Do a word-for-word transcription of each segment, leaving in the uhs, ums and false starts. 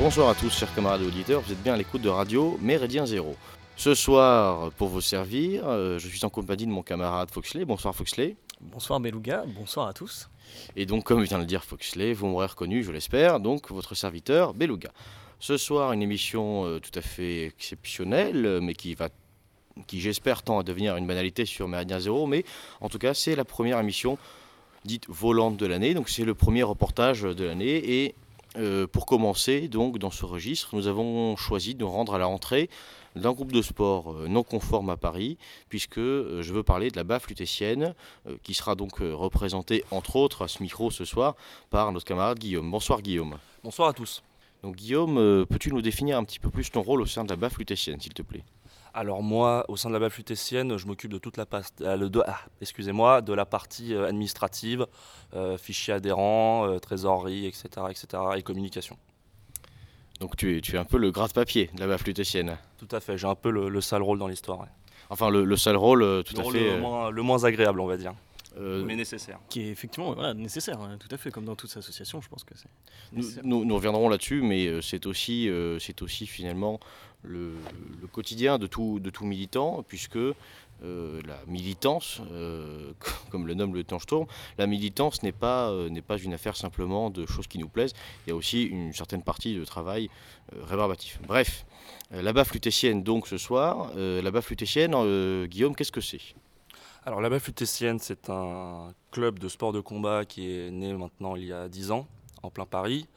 Bonsoir à tous, chers camarades et auditeurs, vous êtes bien à l'écoute de Radio Méridien Zéro. Ce soir, pour vous servir, euh, je suis en compagnie de mon camarade Foxley. Bonsoir Foxley. Bonsoir Beluga, bonsoir à tous. Et donc, comme vient de le dire Foxley, vous m'aurez reconnu, je l'espère, donc votre serviteur Beluga. Ce soir, une émission euh, tout à fait exceptionnelle, mais qui va, qui j'espère tend à devenir une banalité sur Méridien Zéro, mais en tout cas, c'est la première émission dite volante de l'année, donc c'est le premier reportage de l'année. Et euh, pour commencer, donc, dans ce registre, nous avons choisi de nous rendre à la rentrée d'un groupe de sport euh, non conforme à Paris, puisque euh, je veux parler de la baffe lutétienne, euh, qui sera donc euh, représentée, entre autres, à ce micro ce soir, par notre camarade Guillaume. Bonsoir Guillaume. Bonsoir à tous. Donc Guillaume, euh, peux-tu nous définir un petit peu plus ton rôle au sein de la baffe lutétienne, s'il te plaît? Alors moi, au sein de la baffe lutétienne, je m'occupe de toute la, pas- euh, le- de, ah, excusez-moi, de la partie euh, administrative, euh, fichiers adhérents, euh, trésorerie, et cetera, et cetera, et communication. Donc tu es, tu es un peu le gratte-papier de la baffe lutétienne. Tout à fait, j'ai un peu le, le sale rôle dans l'histoire. Ouais. Enfin, le, le seul rôle, euh, tout Le à rôle fait... le, euh, moins, le moins agréable, on va dire, euh, mais nécessaire. Qui est effectivement voilà, nécessaire, hein, tout à fait, comme dans toute association, je pense que c'est Nous, nécessaire. nous- nous reviendrons là-dessus, mais euh, c'est aussi, euh, c'est aussi finalement le, le quotidien de tout, de tout militant, puisque euh, la militance, euh, comme le nomme le temps Sturm, la militance n'est pas, euh, n'est pas une affaire simplement de choses qui nous plaisent, il y a aussi une certaine partie de travail euh, rébarbatif. Bref, euh, la baffe lutétienne donc ce soir, euh, la baffe lutétienne, euh, Guillaume, qu'est-ce que c'est? Alors la baffe lutétienne, c'est un club de sport de combat qui est né maintenant il y a dix ans, en plein Paris.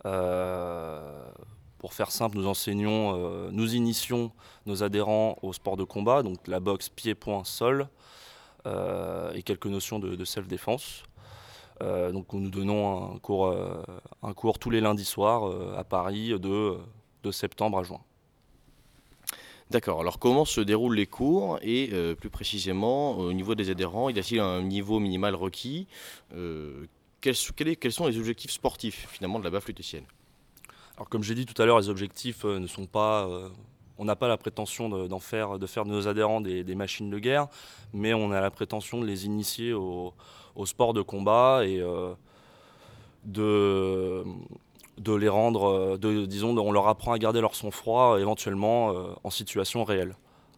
Euh, pour faire simple, nous enseignons, euh, nous initions nos adhérents au sport de combat, donc la boxe pied, poing, sol, euh, et quelques notions de, de self-défense. Euh, donc nous donnons un cours, euh, un cours tous les lundis soirs euh, à Paris de, de septembre à juin. D'accord, alors comment se déroulent les cours et euh, plus précisément au niveau des adhérents, y a-t-il un niveau minimal requis? Euh, quels, quel est- quels sont les objectifs sportifs finalement de la baffe lutétienne? Alors comme j'ai dit tout à l'heure, les objectifs euh, ne sont pas... euh, on n'a pas la prétention de, d'en faire, de faire de nos adhérents des, des machines de guerre, mais on a la prétention de les initier au, au sport de combat et euh, de, de les rendre, euh, de, disons, on leur apprend à garder leur sang-froid euh, éventuellement euh, en situation réelle.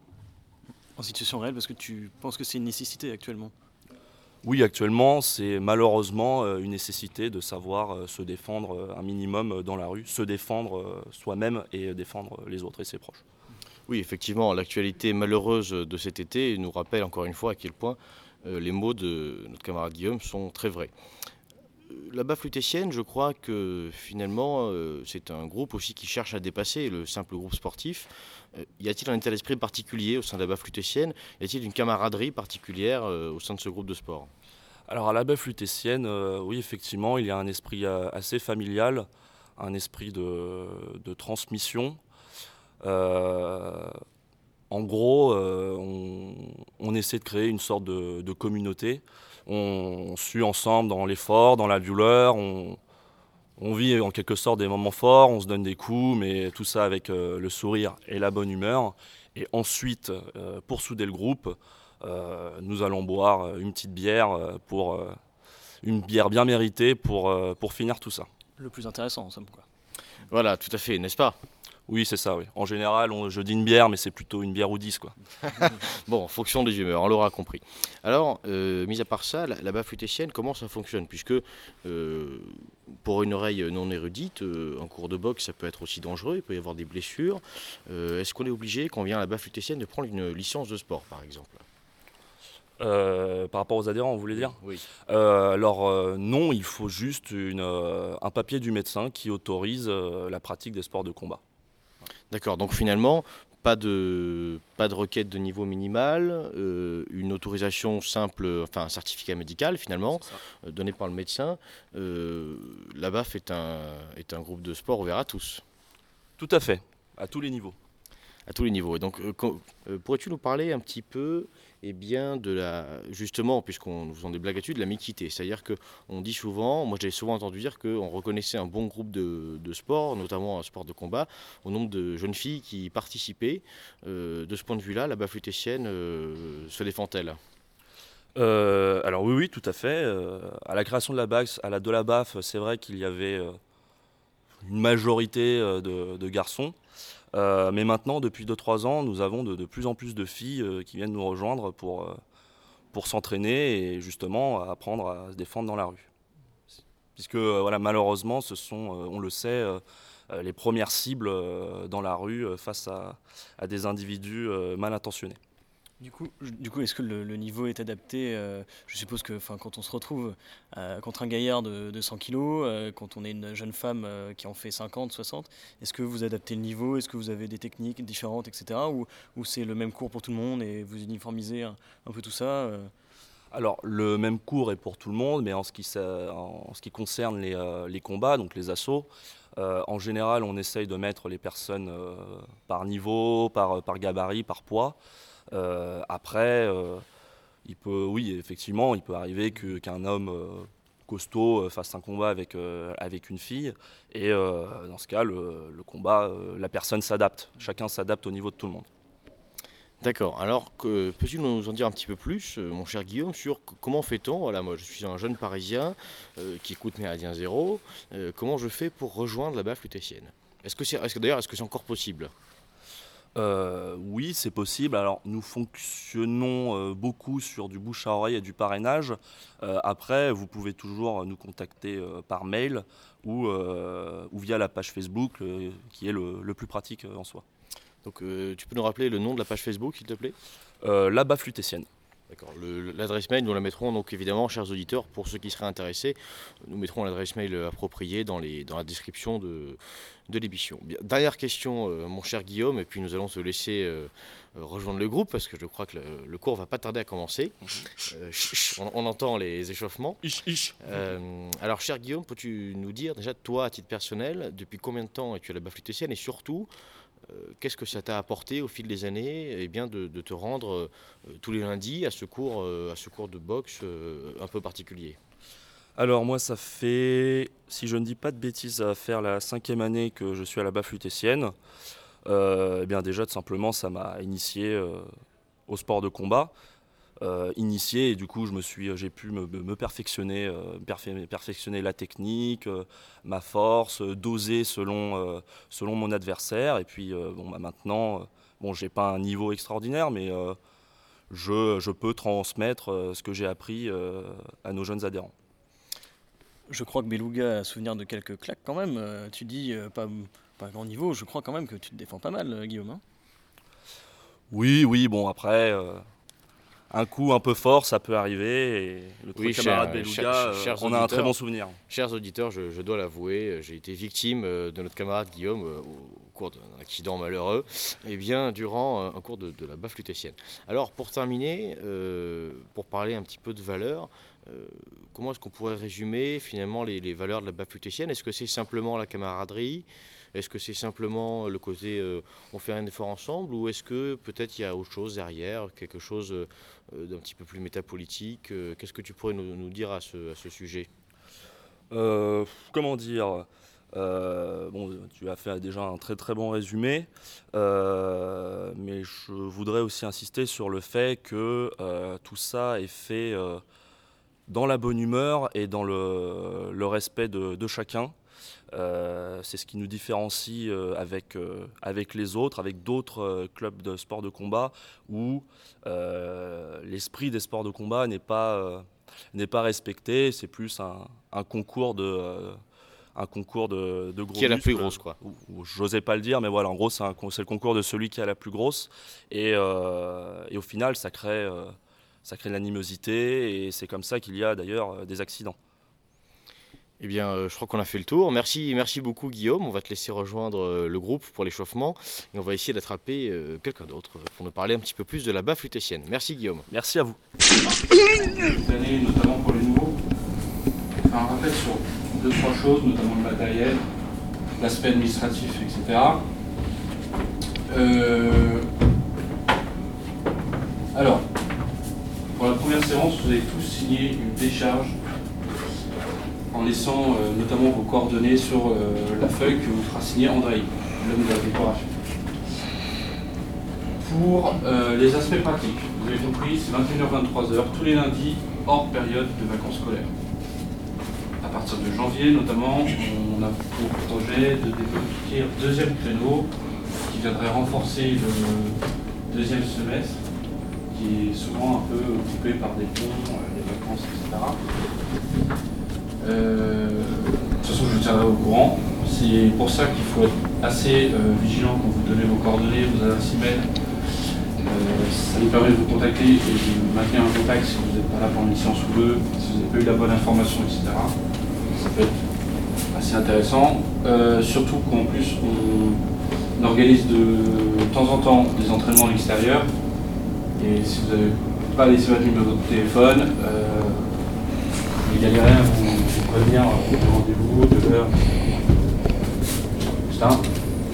En situation réelle, parce que tu penses que c'est une nécessité actuellement. Oui, actuellement, c'est malheureusement euh, une nécessité de savoir euh, se défendre euh, un minimum euh, dans la rue, se défendre euh, soi-même et euh, défendre euh, les autres et ses proches. Oui, effectivement, l'actualité malheureuse de cet été nous rappelle encore une fois à quel point euh, les mots de notre camarade Guillaume sont très vrais. Euh, La baffe lutétienne, je crois que finalement, euh, c'est un groupe aussi qui cherche à dépasser le simple groupe sportif. Euh, y a-t-il un état d'esprit particulier au sein de la baffe lutétienne? Y a-t-il une camaraderie particulière euh, au sein de ce groupe de sport? Alors à la baffe lutétienne, euh, oui, effectivement, il y a un esprit euh, assez familial, un esprit de, de transmission. Euh, en gros, euh, on, on essaie de créer une sorte de, de communauté. On, on suit ensemble dans l'effort, dans la douleur. On, on vit en quelque sorte des moments forts, on se donne des coups, mais tout ça avec euh, le sourire et la bonne humeur. Et ensuite, euh, pour souder le groupe, euh, nous allons boire une petite bière, euh, pour, euh, une bière bien méritée pour, euh, pour finir tout ça. Le plus intéressant, en somme, quoi. Voilà, tout à fait, n'est-ce pas? Oui, c'est ça, oui. En général, on- je dis une bière, mais c'est plutôt une bière ou dix, quoi. Bon, en fonction des humeurs, on l'aura compris. Alors, euh, mis à part ça, la, la baffe lutétienne, comment ça fonctionne? Puisque euh, pour une oreille non érudite, euh, en cours de boxe, ça peut être aussi dangereux, il peut y avoir des blessures. Euh, Est-ce qu'on est obligé, quand on vient à la baffe lutétienne, de prendre une licence de sport, par exemple? Euh, par rapport aux adhérents, vous voulez dire? Oui. Euh, alors euh, non, il faut juste une, euh, un papier du médecin qui autorise euh, la pratique des sports de combat. D'accord, donc finalement, pas de, pas de requête de niveau minimal, euh, une autorisation simple, enfin un certificat médical finalement, C'est ça. euh, donné par le médecin. Euh, la baffe est un, est un groupe de sport ouvert à tous, Tout à fait, à tous les niveaux. à tous les niveaux. Et donc, euh, co- euh, pourrais-tu nous parler un petit peu, eh bien, de la, justement, puisqu'on nous faisons des blagues là-dessus, de la mixité. C'est-à-dire qu'on dit souvent, moi j'ai souvent entendu dire qu'on reconnaissait un bon groupe de, de sport, notamment un sport de combat, au nombre de jeunes filles qui y participaient. Euh, de ce point de vue-là, la baffe lutétienne euh, se défend-elle? Euh, alors oui, oui, tout à fait. Euh, à la création de la B A F, à la de la B A F, c'est vrai qu'il y avait, euh, une majorité de, de garçons. Euh, mais maintenant, depuis deux trois ans, nous avons de, de plus en plus de filles euh, qui viennent nous rejoindre pour, euh, pour s'entraîner et justement apprendre à se défendre dans la rue. Puisque euh, voilà, malheureusement, ce sont, euh, on le sait, euh, les premières cibles euh, dans la rue euh, face à, à des individus euh, mal intentionnés. Du coup, du coup est-ce que le, le niveau est adapté euh, Je suppose que quand on se retrouve euh, contre un gaillard de, de cent kilos, euh, quand on est une jeune femme euh, qui en fait cinquante, soixante, est-ce que vous adaptez le niveau? Est-ce que vous avez des techniques différentes, et cetera. Ou, ou c'est le même cours pour tout le monde et vous uniformisez un, un peu tout ça euh Alors, le même cours est pour tout le monde, mais en ce qui, en ce qui concerne les, euh, les combats, donc les assauts, euh, en général, on essaye de mettre les personnes euh, par niveau, par, par gabarit, par poids. Euh, après, euh, il peut, oui, effectivement, il peut arriver que, qu'un homme euh, costaud fasse un combat avec, euh, avec une fille. Et euh, dans ce cas, le, le combat, euh, la personne s'adapte. Chacun s'adapte au niveau de tout le monde. D'accord. Alors, que, peux-tu nous en dire un petit peu plus, euh, mon cher Guillaume, sur c- comment fait-on? Voilà, moi, je suis un jeune Parisien euh, qui écoute Méridien Zéro. Euh, comment je fais pour rejoindre la baffe lutétienne? Est-ce que c'est, est-ce que d'ailleurs, est-ce que c'est encore possible? Euh, oui, c'est possible. Alors, nous fonctionnons euh, beaucoup sur du bouche à oreille et du parrainage. Euh, après, vous pouvez toujours nous contacter euh, par mail ou, euh, ou via la page Facebook, euh, qui est le, le plus pratique euh, en soi. Donc, euh, tu peux nous rappeler le nom de la page Facebook, s'il te plaît? Euh, la baffe lutétienne. D'accord. Le- L'adresse mail, nous la mettrons donc évidemment, chers auditeurs, pour ceux qui seraient intéressés, nous mettrons l'adresse mail appropriée dans, les, dans la description de, de l'émission. Bien, dernière question, euh, mon cher Guillaume, et puis nous allons te laisser euh, euh, rejoindre le groupe parce que je crois que le, le cours va pas tarder à commencer. Euh, chut, chut, on, on entend les échauffements. Ich, ich. Euh, alors, cher Guillaume, peux-tu nous dire déjà, toi, à titre personnel, depuis combien de temps es-tu à la baffe lutétienne et surtout, euh, qu'est-ce que ça t'a apporté au fil des années eh bien, de, de te rendre euh, tous les lundis à ce cours, euh, à ce cours de boxe euh, un peu particulier? Alors moi, ça fait, si je ne dis pas de bêtises, ça va faire la cinquième année que je suis à la baffe lutétienne. Euh, eh bien déjà, tout simplement, ça m'a initié euh, au sport de combat. Euh, initié et du coup je me suis, j'ai pu me, me perfectionner, euh, perfe- perfectionner la technique, euh, ma force, euh, doser selon, euh, selon mon adversaire et puis euh, bon, bah, maintenant, euh, bon, j'ai pas un niveau extraordinaire mais euh, je, je peux transmettre euh, ce que j'ai appris euh, à nos jeunes adhérents. Je crois que Beluga a souvenir de quelques claques quand même. Euh, tu dis euh, pas, pas grand niveau, je crois quand même que tu te défends pas mal, euh, Guillaume. Hein. Oui, oui, bon après, euh, un coup un peu fort ça peut arriver et notre Oui, camarade cher- Beluga, cher- euh, chers on a un très auditeurs. bon souvenir. Chers auditeurs, je, je dois l'avouer, j'ai été victime euh, de notre camarade Guillaume euh, au cours d'un accident malheureux, et bien durant euh, un cours de, de la baffe lutétienne. Alors pour terminer, euh, pour parler un petit peu de valeurs, euh, comment est-ce qu'on pourrait résumer finalement les, les valeurs de la baffe lutétienne? Est-ce que c'est simplement la camaraderie? Est-ce que c'est simplement le côté euh, on fait un effort ensemble? Ou est-ce que peut-être il y a autre chose derrière, quelque chose euh, d'un petit peu plus métapolitique? euh, Qu'est-ce que tu pourrais nous, nous dire à ce, à ce sujet? Euh, comment dire euh, bon, tu as fait déjà un très très bon résumé, euh, mais je voudrais aussi insister sur le fait que euh, tout ça est fait euh, dans la bonne humeur et dans le, le respect de, de chacun. Euh, c'est ce qui nous différencie euh, avec, euh, avec les autres, avec d'autres euh, clubs de sport de combat où euh, l'esprit des sports de combat n'est pas, euh, n'est pas respecté, c'est plus un, un concours de, euh, un concours de, de gros Qui est la plus muscles. grosse, quoi. Ou- ou J'osais pas le dire, mais voilà, en gros, c'est, un, con- c'est le concours de celui qui a la plus grosse. Et, euh, et au final, ça crée, euh, ça crée de l'animosité et c'est comme ça qu'il y a d'ailleurs euh, des accidents. Eh bien, euh, je crois qu'on a fait le tour. Merci, merci beaucoup Guillaume. On va te laisser rejoindre euh, le groupe pour l'échauffement et on va essayer d'attraper euh, quelqu'un d'autre pour nous parler un petit peu plus de la baffe lutétienne. Merci Guillaume. Merci à vous. Cette année, notamment pour les nouveaux, faire un rappel sur deux, trois choses, notamment le matériel, l'aspect administratif, et cetera. Euh, Alors, pour la première séance, vous avez tous signé une décharge en laissant euh, notamment vos coordonnées sur euh, la feuille que vous fera signer André, l'homme de la décoration. Pour euh, les aspects pratiques, vous avez compris, c'est vingt et une heures vingt-trois heures tous les lundis, hors période de vacances scolaires. À partir de janvier notamment, on a pour projet de développer un deuxième créneau qui viendrait renforcer le deuxième semestre, qui est souvent un peu occupé par des ponts, des vacances, et cetera. Euh, de toute façon, je vous tiendrai au courant. C'est pour ça qu'il faut être assez euh, vigilant quand vous donnez vos coordonnées, vos adresses email. Euh, ça nous permet de vous contacter et de maintenir un contact si vous n'êtes pas là pendant une séance ou deux, si vous n'avez pas eu la bonne information, et cetera. Ça peut être assez intéressant. Euh, surtout qu'en plus, on, on organise de, de temps en temps des entraînements à l'extérieur. Et si vous n'avez pas laissé votre numéro de téléphone, euh, les galériens vont vous prévenir du rendez-vous, de l'heure, et cetera.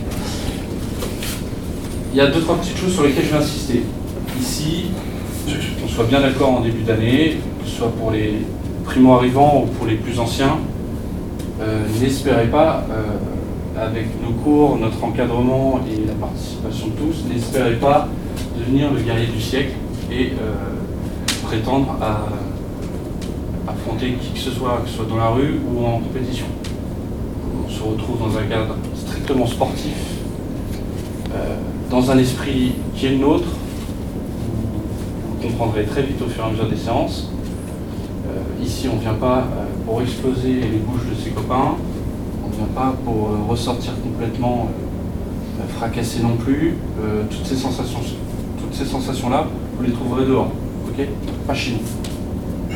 Il y a deux, trois petites choses sur lesquelles je vais insister. Ici, qu'on soit bien d'accord en début d'année, que ce soit pour les primo-arrivants ou pour les plus anciens, euh, n'espérez pas, euh, avec nos cours, notre encadrement et la participation de tous, n'espérez pas devenir le guerrier du siècle et euh, prétendre à affronter qui que ce soit, que ce soit dans la rue ou en compétition. On se retrouve dans un cadre strictement sportif, euh, dans un esprit qui est le nôtre. Vous le comprendrez très vite au fur et à mesure des séances. Euh, ici, on ne vient pas euh, pour exploser les bouches de ses copains, on ne vient pas pour euh, ressortir complètement euh, fracassé non plus. Euh, toutes ces sensations, toutes ces sensations-là, vous les trouverez dehors, ok? Pas chez nous.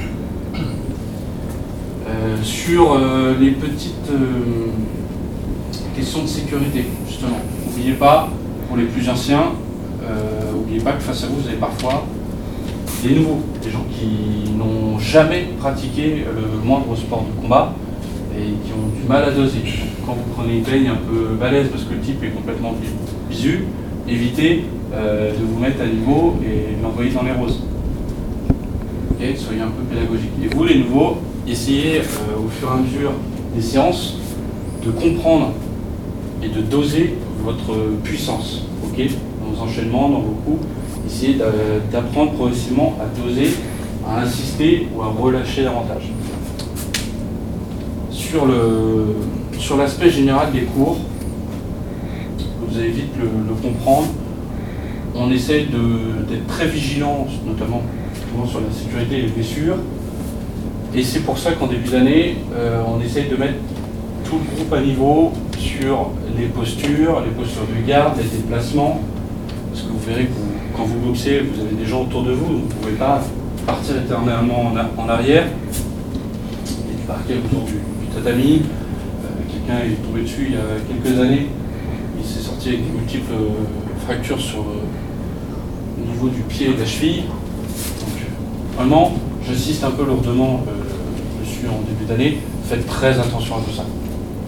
Euh, sur euh, les petites euh, questions de sécurité, justement. N'oubliez pas, pour les plus anciens, n'oubliez euh, pas que face à vous, vous avez parfois des nouveaux, des gens qui n'ont jamais pratiqué le moindre sport de combat et qui ont du mal à doser. Donc, quand vous prenez une peigne un peu balèze parce que le type est complètement bisu, évitez euh, de vous mettre à niveau et de l'envoyer dans les roses. Okay, soyez un peu pédagogique. Et vous, les nouveaux, essayez euh, au fur et à mesure des séances de comprendre et de doser votre puissance, okay, dans vos enchaînements, dans vos coups. Essayez d'apprendre progressivement à doser, à insister ou à relâcher davantage. Sur le, sur l'aspect général des cours, vous allez vite le, le comprendre, on essaye d'être très vigilant, notamment sur la sécurité et les blessures. Et c'est pour ça qu'en début d'année, euh, on essaye de mettre tout le groupe à niveau sur les postures, les postures de garde, les déplacements. Parce que vous verrez que vous, quand vous boxez, vous avez des gens autour de vous, vous ne pouvez pas partir éternellement en, a, en arrière et débarquer autour du, du tatami. Euh, Quelqu'un est tombé dessus il y a quelques années, il s'est sorti avec de multiples euh, fractures sur, euh, au niveau du pied et de la cheville. Donc, vraiment, j'insiste un peu lourdement euh, dessus en début d'année, faites très attention à tout ça. D'accord ?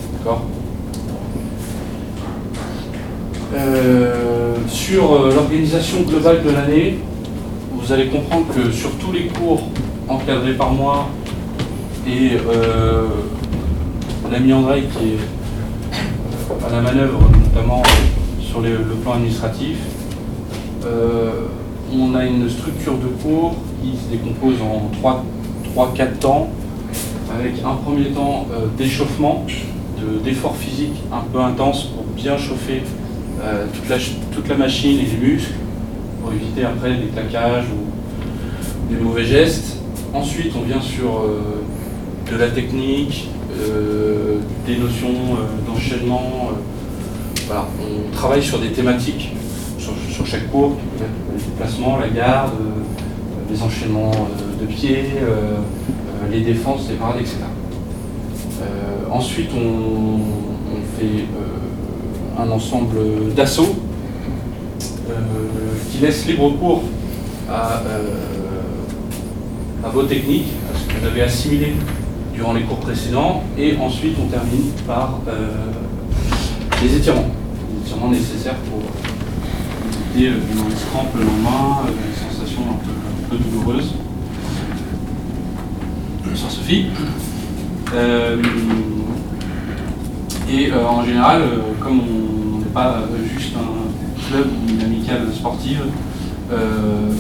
Euh, sur euh, l'organisation globale de l'année, vous allez comprendre que sur tous les cours encadrés par moi et euh, l'ami André qui est euh, à la manœuvre, notamment sur les, le plan administratif, euh, on a une structure de cours qui se décompose en trois quatre temps, avec un premier temps euh, d'échauffement, d'effort physique un peu intense pour bien chauffer Euh, toute, la, toute la machine et les muscles pour éviter après des claquages ou des mauvais gestes. Ensuite, on vient sur euh, de la technique, euh, des notions euh, d'enchaînement. Euh, voilà. On travaille sur des thématiques sur, sur chaque cours, qui peut être les déplacements, la garde, euh, les enchaînements euh, de pieds, euh, euh, les défenses, les parades, et cetera. Euh, ensuite, on, on fait euh, un ensemble d'assauts euh, qui laisse libre cours à, euh, à vos techniques, à ce que vous avez assimilé durant les cours précédents, et ensuite on termine par euh, les étirements, les étirements nécessaires pour éviter euh, les crampes le lendemain, euh, des sensations un peu, un peu douloureuses. Bonsoir Sophie. Euh, Et euh, en général, euh, comme on n'est pas euh, juste un club ou une amicale sportive, euh,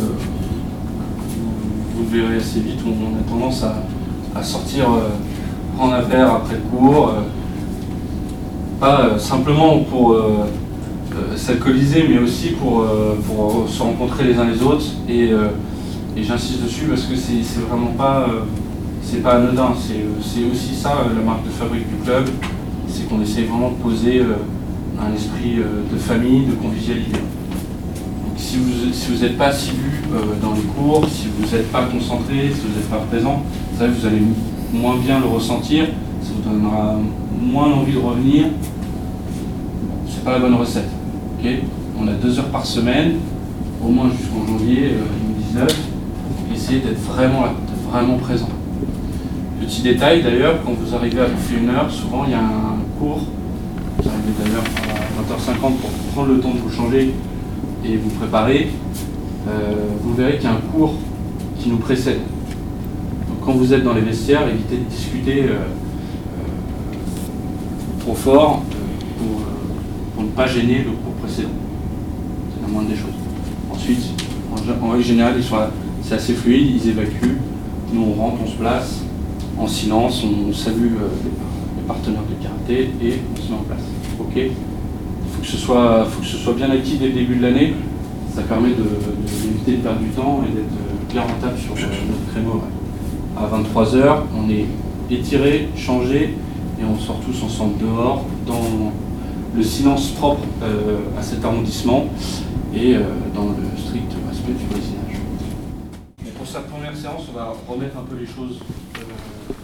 vous, vous le verrez assez vite, on a tendance à, à sortir euh, prendre un verre après le cours, euh, pas euh, simplement pour euh, euh, s'alcooliser, mais aussi pour, euh, pour se rencontrer les uns les autres. Et, euh, et j'insiste dessus parce que c'est c'est vraiment pas, euh, c'est pas anodin. C'est c'est aussi ça, euh, la marque de fabrique du club, c'est qu'on essaie vraiment de poser euh, un esprit euh, de famille, de convivialité. Donc, si vous si vous n'êtes pas assidu euh, dans les cours, si vous n'êtes pas concentré, si vous n'êtes pas présent, ça, vous allez moins bien le ressentir, ça vous donnera moins envie de revenir. C'est pas la bonne recette. Okay, on a deux heures par semaine, au moins jusqu'en janvier euh, deux mille dix-neuf. Essayez d'être vraiment là, d'être vraiment présent. Petit détail d'ailleurs, quand vous arrivez à bouffer une heure, souvent il y a un cours. Vous arrivez d'ailleurs à vingt heures cinquante pour prendre le temps de vous changer et vous préparer. Euh, vous verrez qu'il y a un cours qui nous précède. Donc, quand vous êtes dans les vestiaires, évitez de discuter euh, euh, trop fort euh, pour, euh, pour ne pas gêner le cours précédent. C'est la moindre des choses. Ensuite, en, en règle générale, ils sont c'est assez fluide, ils évacuent. Nous, on rentre, on se place en silence, on salue euh, les, les partenaires de karaté et on se met en place. Ok ? Il faut que ce soit, faut que ce soit bien acquis dès le début de l'année. Ça permet de, de, d'éviter de perdre du temps et d'être bien rentable sur euh, notre créneau. Ouais. À vingt-trois heures, on est étiré, changé et on sort tous ensemble dehors dans le silence propre euh, à cet arrondissement et euh, dans le strict respect du voisinage. Mais pour cette première séance, on va remettre un peu les choses euh,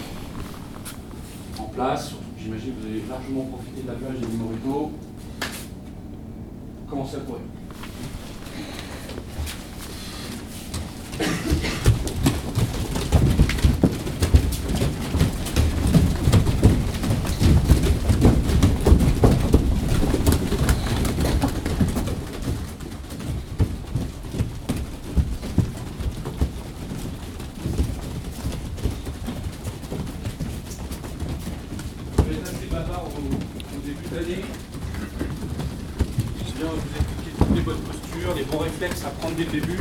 en place. Surtout que j'imagine que vous avez largement profité de la plage et du Morito. Commencez à courir. Les bons réflexes à prendre dès le début.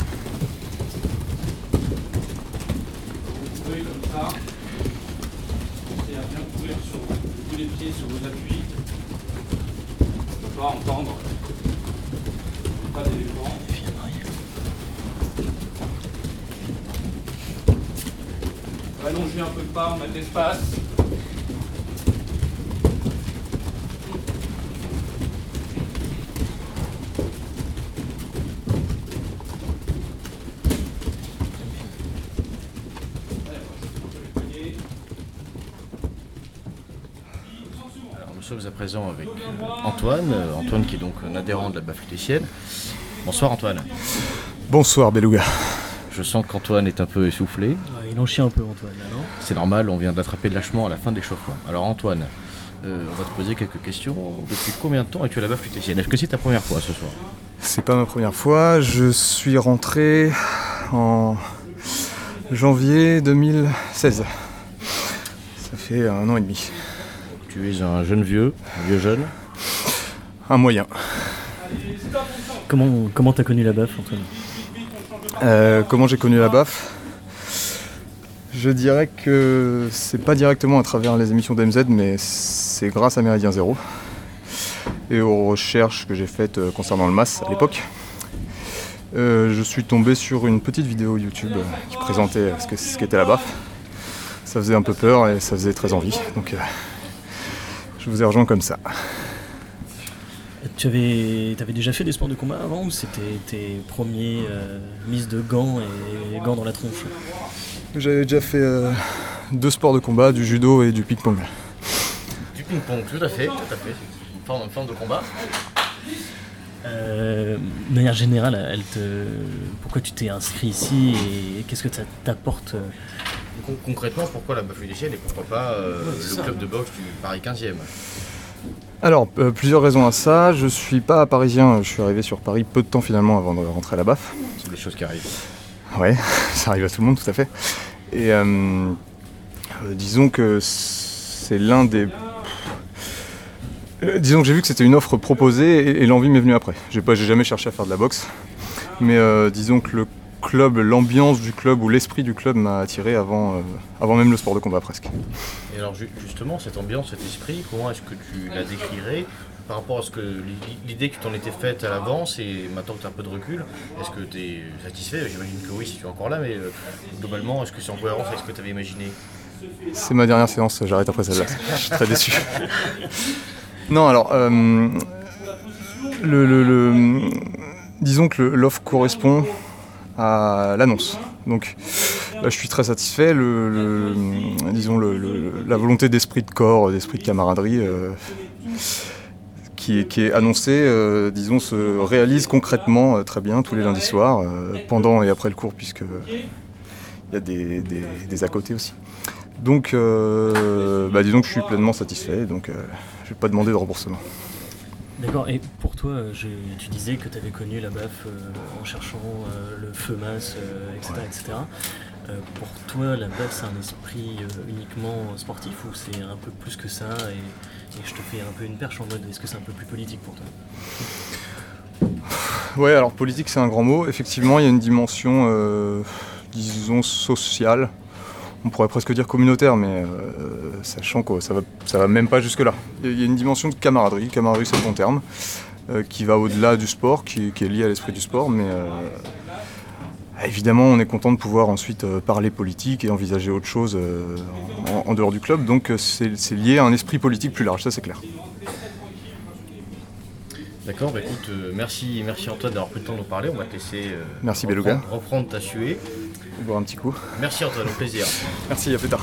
Vous pouvez comme ça. Pensez à bien courir sur tous les pieds, sur vos appuis. On ne peut pas entendre. Pas d'éléphant. Allonger un peu le pas, on a de l'espace. Nous sommes à présent avec Antoine, Antoine qui est donc un adhérent de la Baflutétienne. Bonsoir Antoine. Bonsoir Beluga. Je sens qu'Antoine est un peu essoufflé. Ouais, il en chie un peu Antoine là, non ? C'est normal, on vient d'attraper lâchement à la fin de l'échauffement. Alors Antoine, euh, on va te poser quelques questions. Depuis combien de temps es-tu à la Baflutétienne ? Est-ce que c'est ta première fois ce soir ? C'est pas ma première fois, je suis rentré en janvier deux mille seize. Ça fait un an et demi. Tu es un jeune vieux, un vieux jeune. Un moyen. Comment comment t'as connu la B A F, Antoine ? Euh, comment j'ai connu la B A F ? Je dirais que c'est pas directement à travers les émissions d'M Z, mais c'est grâce à Méridien Zéro et aux recherches que j'ai faites concernant le M A S à l'époque. Euh, je suis tombé sur une petite vidéo YouTube qui présentait ce, que, ce qu'était la B A F. Ça faisait un peu peur et ça faisait très envie, donc euh, je vous ai rejoint comme ça. Tu avais, avais déjà fait des sports de combat avant ou c'était tes premiers euh, mises de gants et gants dans la tronche ? J'avais déjà fait euh, deux sports de combat, du judo et du ping-pong. Du ping-pong, tout à fait, tout à fait. C'est une forme, une forme de combat. Euh, de manière générale, elle te... pourquoi tu t'es inscrit ici et qu'est-ce que ça t'apporte ? Con- concrètement, pourquoi la Baflutétienne et pourquoi pas euh, Ouais, le ça. club de boxe du Paris quinzième ? Alors, euh, plusieurs raisons à ça. Je suis pas parisien, je suis arrivé sur Paris peu de temps finalement avant de rentrer à la B A F. C'est des choses qui arrivent. Ouais, ça arrive à tout le monde, tout à fait. Et euh, euh, disons que c'est l'un des... Euh, disons que j'ai vu que c'était une offre proposée et, et l'envie m'est venue après. J'ai pas, j'ai jamais cherché à faire de la boxe. Mais euh, disons que le club, l'ambiance du club ou l'esprit du club m'a attiré avant, euh, avant même le sport de combat presque. Et alors ju- justement, cette ambiance, cet esprit, comment est-ce que tu la décrirais par rapport à ce que l'idée que tu en étais faite à l'avance et maintenant que tu as un peu de recul, est-ce que tu es satisfait? J'imagine que oui si tu es encore là, mais euh, globalement, est-ce que c'est en cohérence avec ce que tu avais imaginé? C'est ma dernière séance, j'arrête après celle-là. Je suis très déçu. Non, alors, euh, le, le, le, disons que l'offre correspond à l'annonce. Donc, là, je suis très satisfait. Le, le, disons le, le, la volonté d'esprit de corps, d'esprit de camaraderie, euh, qui, est, qui est annoncée, euh, disons, se réalise concrètement euh, très bien tous les lundis soirs, euh, pendant et après le cours, puisque il y a des, des, des à côté aussi. Donc, euh, bah, disons que je suis pleinement satisfait, donc euh, je ne vais pas demander de remboursement. D'accord, et pour toi, je, tu disais que tu avais connu la B A F euh, en cherchant euh, le FEMAS, euh, et cetera, ouais. et cetera. Euh, pour toi, la B A F, c'est un esprit euh, uniquement sportif ou c'est un peu plus que ça et, et je te fais un peu une perche en mode, est-ce que c'est un peu plus politique pour toi? Ouais, alors politique, c'est un grand mot. Effectivement, il y a une dimension, euh, disons, sociale. On pourrait presque dire communautaire, mais euh, sachant que ça va, ça va même pas jusque-là. Il y a une dimension de camaraderie, camaraderie c'est le bon terme, euh, qui va au-delà du sport, qui, qui est lié à l'esprit du sport, mais euh, évidemment on est content de pouvoir ensuite euh, parler politique et envisager autre chose euh, en, en dehors du club, donc c'est, c'est lié à un esprit politique plus large, ça c'est clair. D'accord, bah écoute, euh, merci, merci Antoine d'avoir pris le temps de nous parler, on va te laisser euh, merci reprendre, Beluga. reprendre ta suée. Boire un petit coup. Merci Antoine, au plaisir. Merci, à plus tard.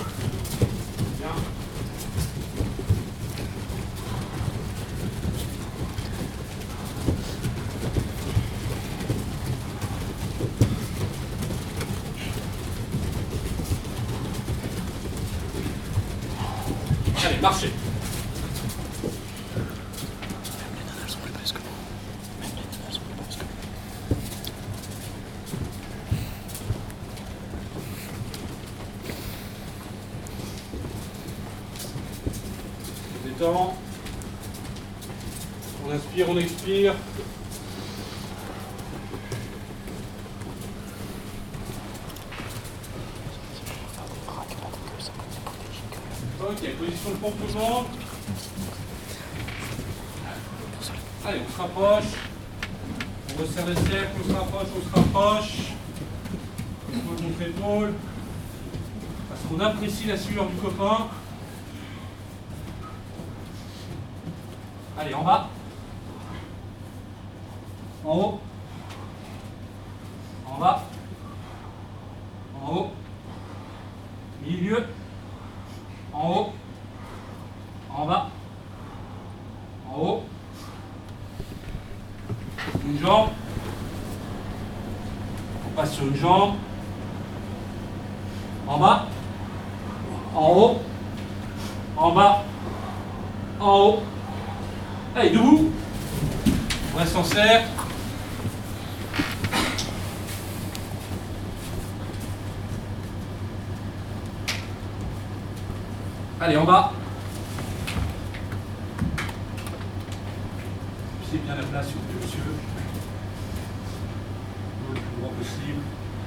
Allez, marchez. On inspire, on expire. Ok, position de pompe tout le monde. Allez, on se rapproche. On resserre les cercles, on se rapproche, on se rapproche. Épaule contre épaule. Parce qu'on apprécie la sueur du copain. Allez, en bas. En haut. En bas. En haut. Milieu. En haut. En bas. En haut. Une jambe. On passe sur une jambe. En bas. En haut. En bas. En haut. Allez, debout. On reste en cercle. Allez, en bas. C'est bien la place, s'il vous plaît, monsieur. Le plus grand possible.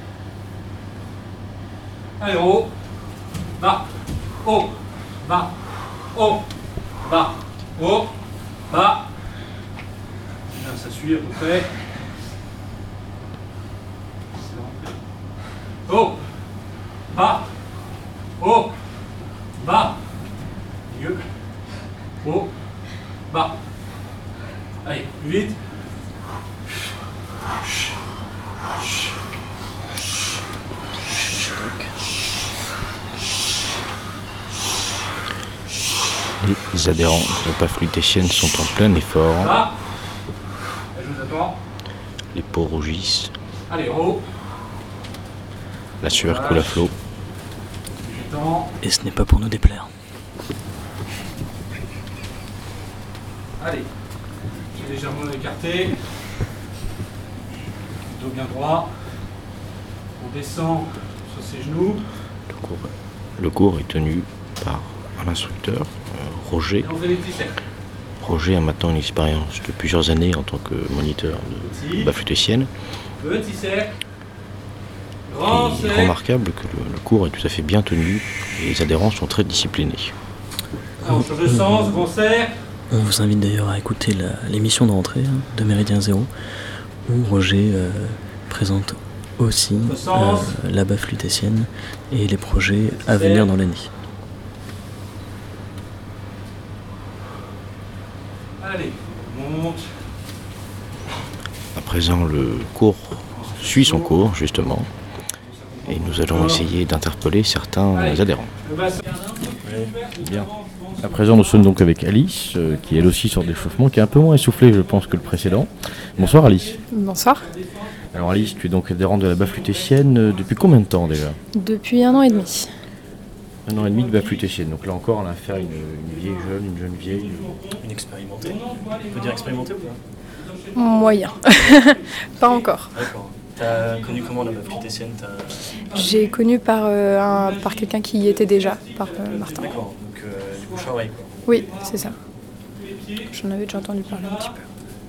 Allez, en haut. Bas. Haut. Bas. Haut. Bas. Haut. Bas. Bien, ça suit à peu près. Haut. Bas. Haut. Bas. Mieux. Haut. Bas. Allez, plus vite. Les adhérents de la B A F lutétienne sont en plein effort. Bas. Je vous attends. Les peaux rougissent. Allez, en haut. La sueur coule à flot. J'attends. Et ce n'est pas pour nous déplaire. Allez. J'ai légèrement écarté. Dos bien droit. On descend sur ses genoux. Le cours, le cours est tenu par un instructeur, euh, Roger. Et on fait des petits cercles. Roger a maintenant une expérience de plusieurs années en tant que moniteur de B A F lutétienne. Petit cercle. Il est remarquable que le, le cours est tout à fait bien tenu et les adhérents sont très disciplinés. On change de sens, grand serre. On vous invite d'ailleurs à écouter la- l'émission de rentrée hein, de Méridien Zéro, où Roger euh, présente aussi euh, la baffe lutétienne et les projets à venir dans l'année. Allez, on monte. À présent, le cours suit son cours, justement, et nous allons essayer d'interpeller certains adhérents. Le bassin. Bien. À présent, nous sommes donc avec Alice, euh, qui elle aussi sort d'échauffement, qui est un peu moins essoufflée, je pense, que le précédent. Bonsoir Alice. Bonsoir. Alors Alice, tu es donc adhérente de la baffe lutétienne euh, depuis combien de temps déjà? Depuis un an et demi. Un an et demi de baffe lutétienne. Donc là encore, on a affaire à une, une vieille jeune, une jeune vieille. Une expérimentée. On peut dire expérimentée ou pas? Moyen. Pas encore. D'accord. T'as connu comment la baffe lutétienne? J'ai connu par, euh, un- par quelqu'un qui y était déjà, par euh, Martin. D'accord, donc euh, du bouche à oreille quoi. Oui, c'est ça. J'en avais déjà entendu parler un petit peu.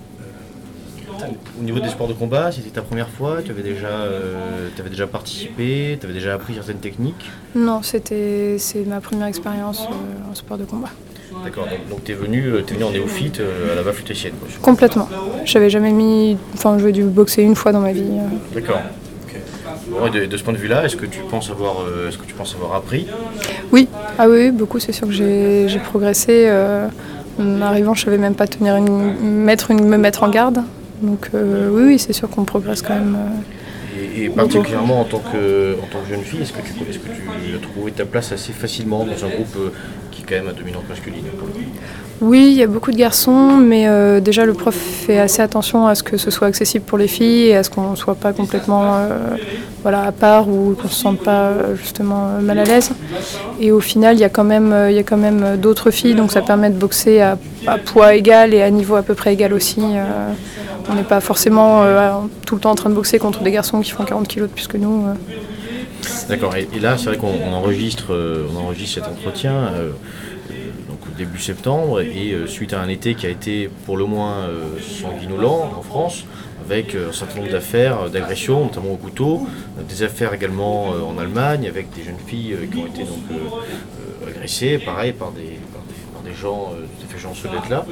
Au niveau des sports de combat, c'était ta première fois? Tu avais déjà, euh, t'avais déjà participé? Tu avais déjà appris certaines techniques? Non, c'était c'est ma première expérience euh, en sport de combat. D'accord, donc, donc tu es venu, euh, t'es venu en néophyte euh, à la baffe lutétienne, quoi. Complètement. J'avais jamais mis. Enfin, j'ai dû boxer une fois dans ma vie. euh. D'accord. Bon, et de, de ce point de vue-là, est-ce que tu penses avoir, euh, est-ce que tu penses avoir appris? Oui, ah oui, oui, beaucoup. C'est sûr que j'ai j'ai progressé. euh, En arrivant, je savais même pas tenir une, mettre une, me mettre en garde. Donc euh, oui, oui, c'est sûr qu'on progresse quand même. euh. Et, et particulièrement en tant que, en tant que jeune fille, est-ce que tu, est-ce que tu as trouvé ta place assez facilement dans un groupe euh, qui est quand même à dominante masculine? Oui, il y a beaucoup de garçons, mais euh, déjà le prof fait assez attention à ce que ce soit accessible pour les filles et à ce qu'on ne soit pas complètement euh, voilà, à part ou qu'on ne se sente pas euh, justement mal à l'aise. Et au final, il y a quand même, euh, il y a quand même d'autres filles, donc ça permet de boxer à, à poids égal et à niveau à peu près égal aussi. Euh, on n'est pas forcément euh, tout le temps en train de boxer contre des garçons qui font quarante kilos de plus que nous. Euh. D'accord, et, et là c'est vrai qu'on on enregistre, euh, on enregistre cet entretien euh, euh, donc au début septembre et euh, suite à un été qui a été pour le moins euh, sanguinolent en France, avec euh, un certain nombre d'affaires, euh, d'agressions, notamment au couteau, euh, des affaires également euh, en Allemagne avec des jeunes filles euh, qui ont été donc, euh, euh, agressées, pareil, par des, par des, par des gens euh, tout à fait chanceux d'être là.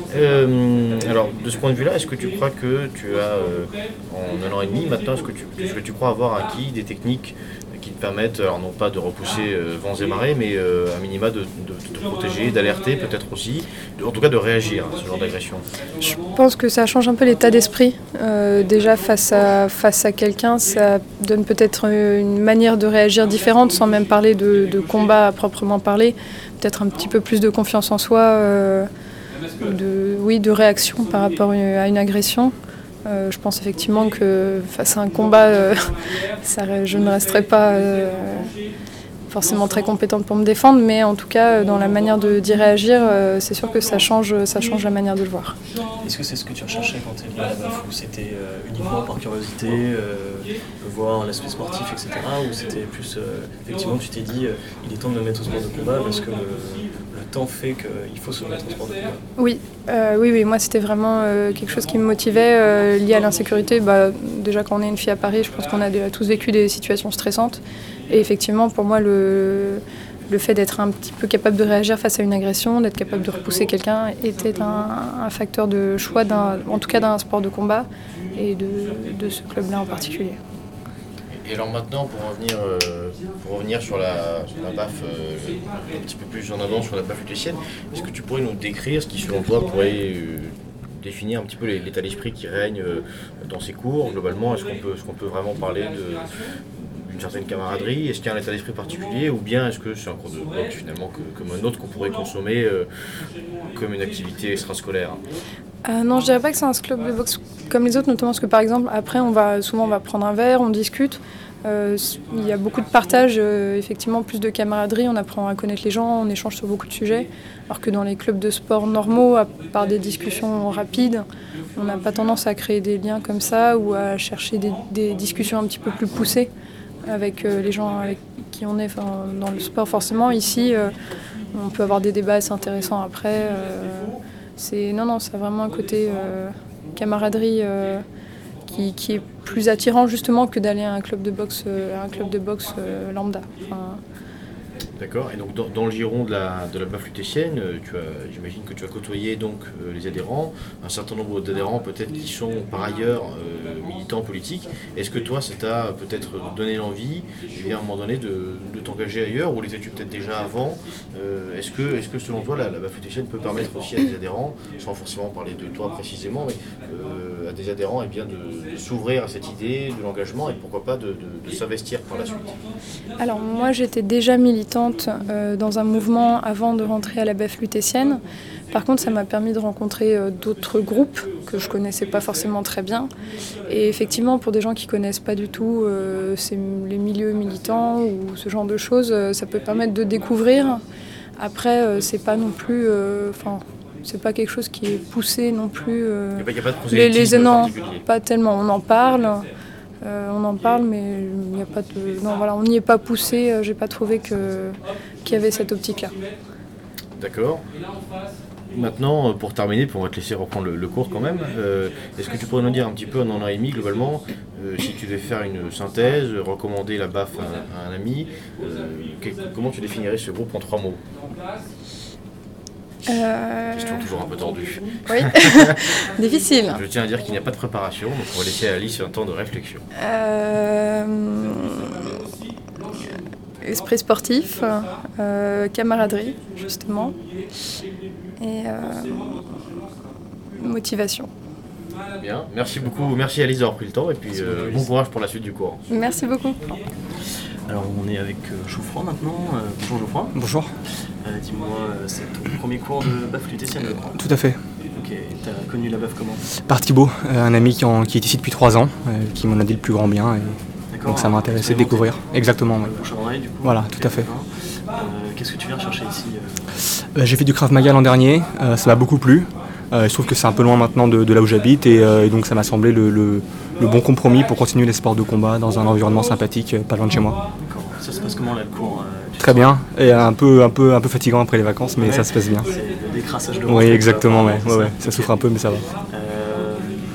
Euh, alors de ce point de vue-là, est-ce que tu crois que tu as, euh, en un an et demi maintenant, est-ce que tu, est-ce que tu crois avoir acquis des techniques qui te permettent, alors non pas de repousser euh, vents et marées, mais euh, à minima de, de, de te protéger, d'alerter peut-être aussi, de- en tout cas de réagir à ce genre d'agression? Je pense que ça change un peu l'état d'esprit. Euh, déjà face à, face à quelqu'un, ça donne peut-être une manière de réagir différente sans même parler de, de combat à proprement parler. Peut-être un petit peu plus de confiance en soi, euh, de, oui, de réaction par rapport à une agression. Euh, je pense effectivement que face à un combat, euh, ça, je ne resterai pas euh, forcément très compétente pour me défendre, mais en tout cas, dans la manière de, d'y réagir, euh, c'est sûr que ça change, ça change la manière de le voir. Est-ce que c'est ce que tu recherchais quand tu es venu à la baffe, ou c'était euh, uniquement par curiosité, euh, voir l'aspect sportif, et cetera. Ou c'était plus, euh, effectivement, tu t'es dit, euh, il est temps de me mettre au sport de combat parce que le, le temps fait qu'il faut se mettre au sport de combat? Oui, euh, oui, oui, moi c'était vraiment euh, quelque chose qui me motivait, euh, lié à l'insécurité. Bah, déjà quand on est une fille à Paris, je pense qu'on a déjà tous vécu des situations stressantes. Et effectivement, pour moi, le, le fait d'être un petit peu capable de réagir face à une agression, d'être capable de repousser quelqu'un, était un, un facteur de choix, d'un, en tout cas d'un sport de combat, et de, de ce club-là en particulier. Et alors maintenant, pour revenir, euh, pour revenir sur la, sur la baffe, euh, un petit peu plus en avant sur la baffe lutétienne, est-ce que tu pourrais nous décrire ce qui, selon toi, pourrait euh, définir un petit peu l'état d'esprit qui règne euh, dans ces cours? Globalement, est-ce qu'on peut, est-ce qu'on peut vraiment parler de, d'une certaine camaraderie? Est-ce qu'il y a un état d'esprit particulier, ou bien est-ce que c'est un cours de boxe finalement que, comme un autre qu'on pourrait consommer euh, comme une activité extrascolaire? Euh, non, je dirais pas que c'est un club de boxe comme les autres, notamment parce que par exemple, après, on va, souvent on va prendre un verre, on discute. Euh, il y a beaucoup de partage, euh, effectivement, plus de camaraderie, on apprend à connaître les gens, on échange sur beaucoup de sujets. Alors que dans les clubs de sport normaux, à part des discussions rapides, on n'a pas tendance à créer des liens comme ça ou à chercher des, des discussions un petit peu plus poussées avec euh, les gens avec qui on est. Enfin, dans le sport, forcément, ici, euh, on peut avoir des débats assez intéressants après. Euh, c'est, non, non, ça a vraiment un côté euh, camaraderie euh, qui, qui est plus attirant justement que d'aller à un club de boxe, à un club de boxe euh, lambda. Enfin, D'accord. Et donc dans, dans le giron de la, de la B A F lutétienne, tu as, j'imagine que tu as côtoyé donc euh, les adhérents, un certain nombre d'adhérents peut-être qui sont par ailleurs euh, militants politiques. Est-ce que toi, ça t'a peut-être donné l'envie, eh bien, à un moment donné, de, de t'engager ailleurs, ou l'étais-tu peut-être déjà avant euh, Est-ce que, est-ce que selon toi, la, la B A F lutétienne peut permettre aussi à des adhérents, sans forcément parler de toi précisément, mais euh, à des adhérents, eh bien, de, de s'ouvrir à cette idée de l'engagement et pourquoi pas de, de, de s'investir par la suite? Alors moi, j'étais déjà militante Euh, dans un mouvement avant de rentrer à la B A F lutétienne. Par contre, ça m'a permis de rencontrer euh, d'autres groupes que je ne connaissais pas forcément très bien. Et effectivement, pour des gens qui ne connaissent pas du tout euh, ces, les milieux militants ou ce genre de choses, euh, ça peut permettre de découvrir. Après, euh, c'est pas non plus... Enfin, euh, c'est pas quelque chose qui est poussé non plus. Euh, Il n'y a pas de les, les, non, particulier. Pas tellement. On en parle. Euh, on en parle, mais il n'y a pas de. Non, voilà, on n'y est pas poussé. Euh, j'ai pas trouvé que qu'il y avait cette optique-là. D'accord. Maintenant, pour terminer, pour on va te laisser reprendre le, le cours quand même, euh, est-ce que tu pourrais nous dire un petit peu en un an et demi, globalement, euh, si tu devais faire une synthèse, recommander la B A F à, à un ami, euh, que, comment tu définirais ce groupe en trois mots? Euh... Question toujours un peu tordue. Oui, difficile. Je tiens à dire qu'il n'y a pas de préparation, donc on va laisser à Alice un temps de réflexion. Euh... Esprit sportif, euh, camaraderie, justement, et euh... motivation. Bien, merci beaucoup, merci Alice d'avoir pris le temps, et puis euh, bon courage pour la suite du cours. Merci beaucoup. Alors on est avec euh, Geoffroy maintenant. Euh, bonjour Geoffroy. Bonjour. Euh, dis-moi, euh, c'est ton premier cours de B A F lutétienne, je crois. Tout à fait. Ok, t'as connu la B A F comment? Par Thibaut, euh, un ami qui, en, qui est ici depuis trois ans, euh, qui m'en a dit le plus grand bien. Et D'accord. Donc ça m'a intéressé de découvrir. Exactement. Ouais. Au Chaudray, du coup. Voilà, okay, tout à fait. Euh, Qu'est-ce que tu viens chercher ici euh euh, J'ai fait du Krav Maga l'an dernier, euh, ça m'a beaucoup plu. Euh, je trouve que c'est un peu loin maintenant de, de là où j'habite et, euh, et donc ça m'a semblé le, le, le bon compromis pour continuer les sports de combat dans un environnement sympathique, euh, pas loin de chez moi. D'accord. Ça se passe comment là le cours euh, Très bien, et un peu, un, peu, un peu fatigant après les vacances, mais ouais, ça se passe bien. C'est le décrassage de Oui, exactement, ouais, ouais, ouais, ouais. Ça souffre un peu, mais ça va. Euh,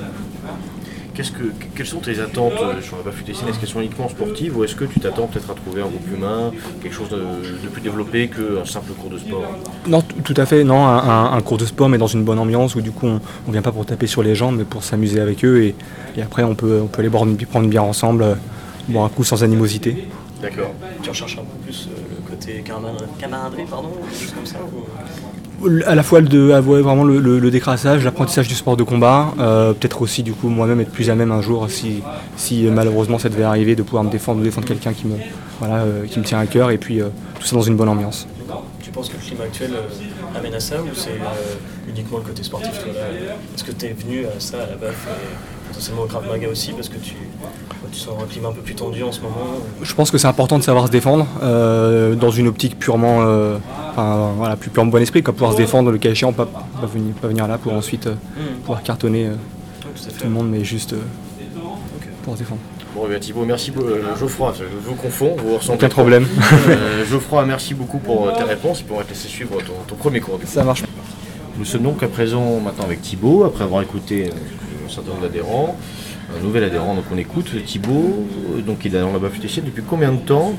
qu'est-ce que, quelles sont tes attentes sur la B A F lutétienne? Est-ce qu'elles sont uniquement sportives ou est-ce que tu t'attends peut-être à trouver un groupe humain, quelque chose de, de plus développé qu'un simple cours de sport? Non, tout à fait, non, un, un cours de sport mais dans une bonne ambiance où du coup on ne vient pas pour taper sur les gens mais pour s'amuser avec eux et, et après on peut, on peut aller boire, prendre une bière ensemble, boire un coup sans animosité. D'accord. Tu recherches un peu plus euh, le côté camaraderie, camaraderie pardon, des choses comme ça ou... À la fois de avouer vraiment le, le, le décrassage, l'apprentissage du sport de combat, euh, peut-être aussi du coup moi-même être plus à même un jour si, si malheureusement ça devait arriver de pouvoir me défendre ou défendre quelqu'un qui me, voilà, euh, qui me tient à cœur et puis euh, tout ça dans une bonne ambiance. Tu penses que le climat actuel euh, amène à ça ou c'est euh, uniquement le côté sportif? Est-ce que tu es venu à ça à la B A F et potentiellement au Krav Maga aussi parce que tu, tu sens un climat un peu plus tendu en ce moment? Je pense que c'est important de savoir se défendre euh, dans une optique purement, euh, enfin, voilà, plus purement bon esprit, comme pouvoir se défendre le cas échéant, pas, pas, venir, pas venir là pour ensuite euh, mmh. pouvoir cartonner euh, tout, tout le monde, mais juste euh, okay. pour se défendre. Bon, bien Thibaut, merci euh, Geoffroy, je vous confonds, vous ressentez. Aucun problème. euh, Geoffroy, merci beaucoup pour tes réponses et pour te laisser suivre ton, ton premier cours. Ça marche. Nous sommes donc à présent maintenant avec Thibaut, après avoir écouté euh, un certain nombre d'adhérents, un nouvel adhérent, donc on écoute Thibaut, donc il est dans la B A F lutétienne. Depuis combien de temps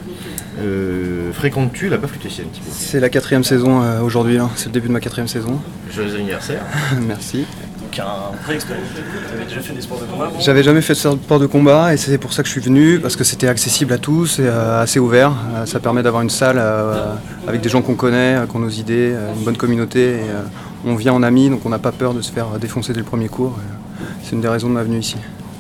euh, fréquentes-tu la B A F lutétienne, Thibaut? C'est la quatrième saison euh, aujourd'hui, hein. C'est le début de ma quatrième saison. Joyeux anniversaire. Merci. Un vrai expérience. Tu avais déjà fait des sports de combat? J'avais jamais fait de sport de combat et c'est pour ça que je suis venu, parce que c'était accessible à tous et euh, assez ouvert. Euh, ça permet d'avoir une salle euh, avec des gens qu'on connaît, euh, qui ont nos idées, euh, une bonne communauté. Et, euh, on vient en amis, donc on n'a pas peur de se faire défoncer dès le premier cours. Et, euh, c'est une des raisons de ma venue ici.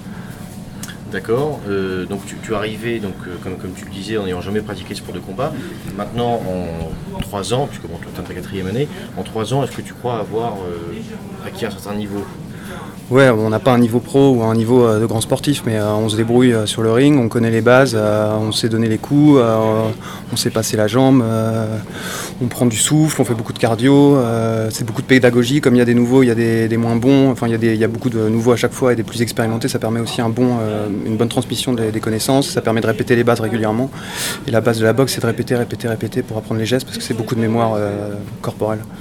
D'accord, euh, donc tu, tu es arrivé, donc, euh, comme, comme tu le disais, en n'ayant jamais pratiqué de sport de combat. Maintenant, en trois ans, puisque bon, tu es en ta quatrième année, en trois ans, est-ce que tu crois avoir euh, acquis un certain niveau? Ouais, on n'a pas un niveau pro ou un niveau euh, de grand sportif, mais euh, on se débrouille euh, sur le ring, on connaît les bases, euh, on sait donner les coups, euh, on sait passer la jambe, euh, on prend du souffle, on fait beaucoup de cardio, euh, c'est beaucoup de pédagogie, comme il y a des nouveaux, il y a des, des moins bons, enfin il y a des, il y a beaucoup de nouveaux à chaque fois et des plus expérimentés, ça permet aussi un bon, euh, une bonne transmission des, des connaissances, ça permet de répéter les bases régulièrement. Et la base de la boxe, c'est de répéter, répéter, répéter pour apprendre les gestes, parce que c'est beaucoup de mémoire euh, corporelle. Tu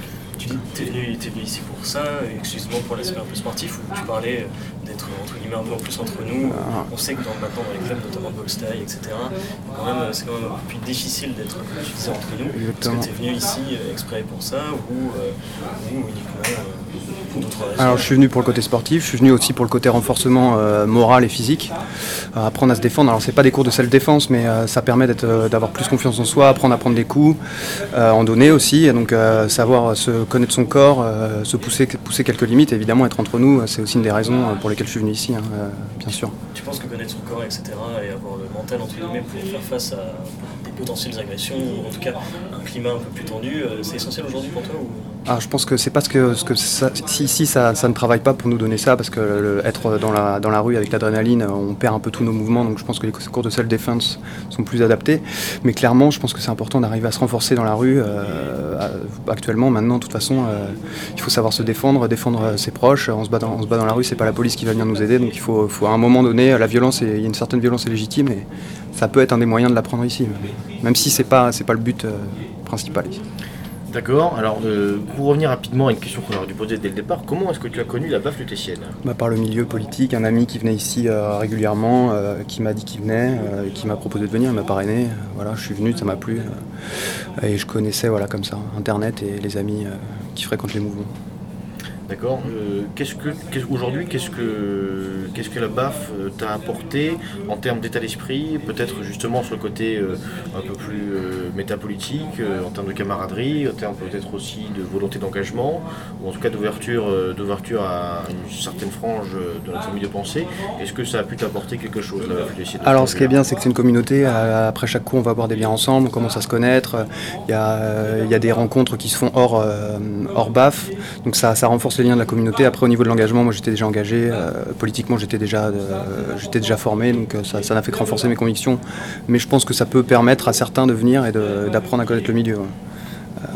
tu dis que tu es venu, t'es venu ici pour ça, excuse-moi pour l'aspect un peu sportif, où tu parlais d'être entre guillemets un peu en plus entre nous. Ah. On sait que dans, maintenant dans les clubs, notamment de boxe taille, et cetera, quand même, c'est quand même un peu plus difficile d'être, comme tu disais, entre nous. Exactement. Est-ce que tu es venu ici exprès pour ça ou, euh, ou uniquement euh, pour d'autres raisons? Alors je suis venu pour le côté sportif, je suis venu aussi pour le côté renforcement euh, moral et physique, euh, apprendre à se défendre. Alors c'est pas des cours de self-défense, mais euh, ça permet d'être, euh, d'avoir plus confiance en soi, apprendre à prendre des coups, euh, en donner aussi, et donc euh, savoir se connaître son corps, euh, se pousser, pousser quelques limites, et évidemment être entre nous, c'est aussi une des raisons pour lesquelles je suis venu ici, hein, euh, bien sûr. Tu penses que connaître son corps, et cetera, et avoir le mental entre guillemets pour faire face à des potentielles agressions, ou en tout cas un climat un peu plus tendu, c'est essentiel aujourd'hui pour toi ou... Ah, je pense que c'est parce que, ce que ça, si ici ça, ça ne travaille pas pour nous donner ça, parce que le, être dans la, dans la rue avec l'adrénaline, on perd un peu tous nos mouvements, donc je pense que les cours de self-defense sont plus adaptés. Mais clairement, je pense que c'est important d'arriver à se renforcer dans la rue. Euh, actuellement, maintenant, de toute façon, euh, il faut savoir se défendre, défendre ses proches. On se bat dans, on se bat dans la rue, c'est pas la police qui va venir nous aider, donc il faut, faut à un moment donné, la violence, il y a une certaine violence est légitime, et ça peut être un des moyens de l'apprendre ici, même si c'est pas, c'est pas le but euh, principal ici. D'accord, alors euh, pour revenir rapidement à une question qu'on aurait dû poser dès le départ, comment est-ce que tu as connu la baffe lutétienne? Bah, par le milieu politique, un ami qui venait ici euh, régulièrement, euh, qui m'a dit qu'il venait, euh, qui m'a proposé de venir, il m'a parrainé, euh, voilà, je suis venu, ça m'a plu, euh, et je connaissais voilà, comme ça, Internet et les amis euh, qui fréquentent les mouvements. D'accord. Euh, qu'est-ce que, qu'est-ce, aujourd'hui, qu'est-ce que, qu'est-ce que la B A F t'a apporté en termes d'état d'esprit, peut-être justement sur le côté euh, un peu plus euh, métapolitique, euh, en termes de camaraderie, en termes peut-être aussi de volonté d'engagement, ou en tout cas d'ouverture, euh, d'ouverture à une certaine frange de notre famille de pensée. Est-ce que ça a pu t'apporter quelque chose là, de Alors ce qui est bien, c'est que c'est une communauté. Euh, après chaque coup, on va boire des bières ensemble, on commence à se connaître. Il y a, euh, il y a des rencontres qui se font hors, euh, hors B A F, donc ça, ça renforce les liens de la communauté. Après au niveau de l'engagement, moi j'étais déjà engagé, euh, politiquement j'étais déjà, euh, j'étais déjà formé, donc ça, ça n'a fait que renforcer mes convictions, mais je pense que ça peut permettre à certains de venir et de, d'apprendre à connaître le milieu. Euh...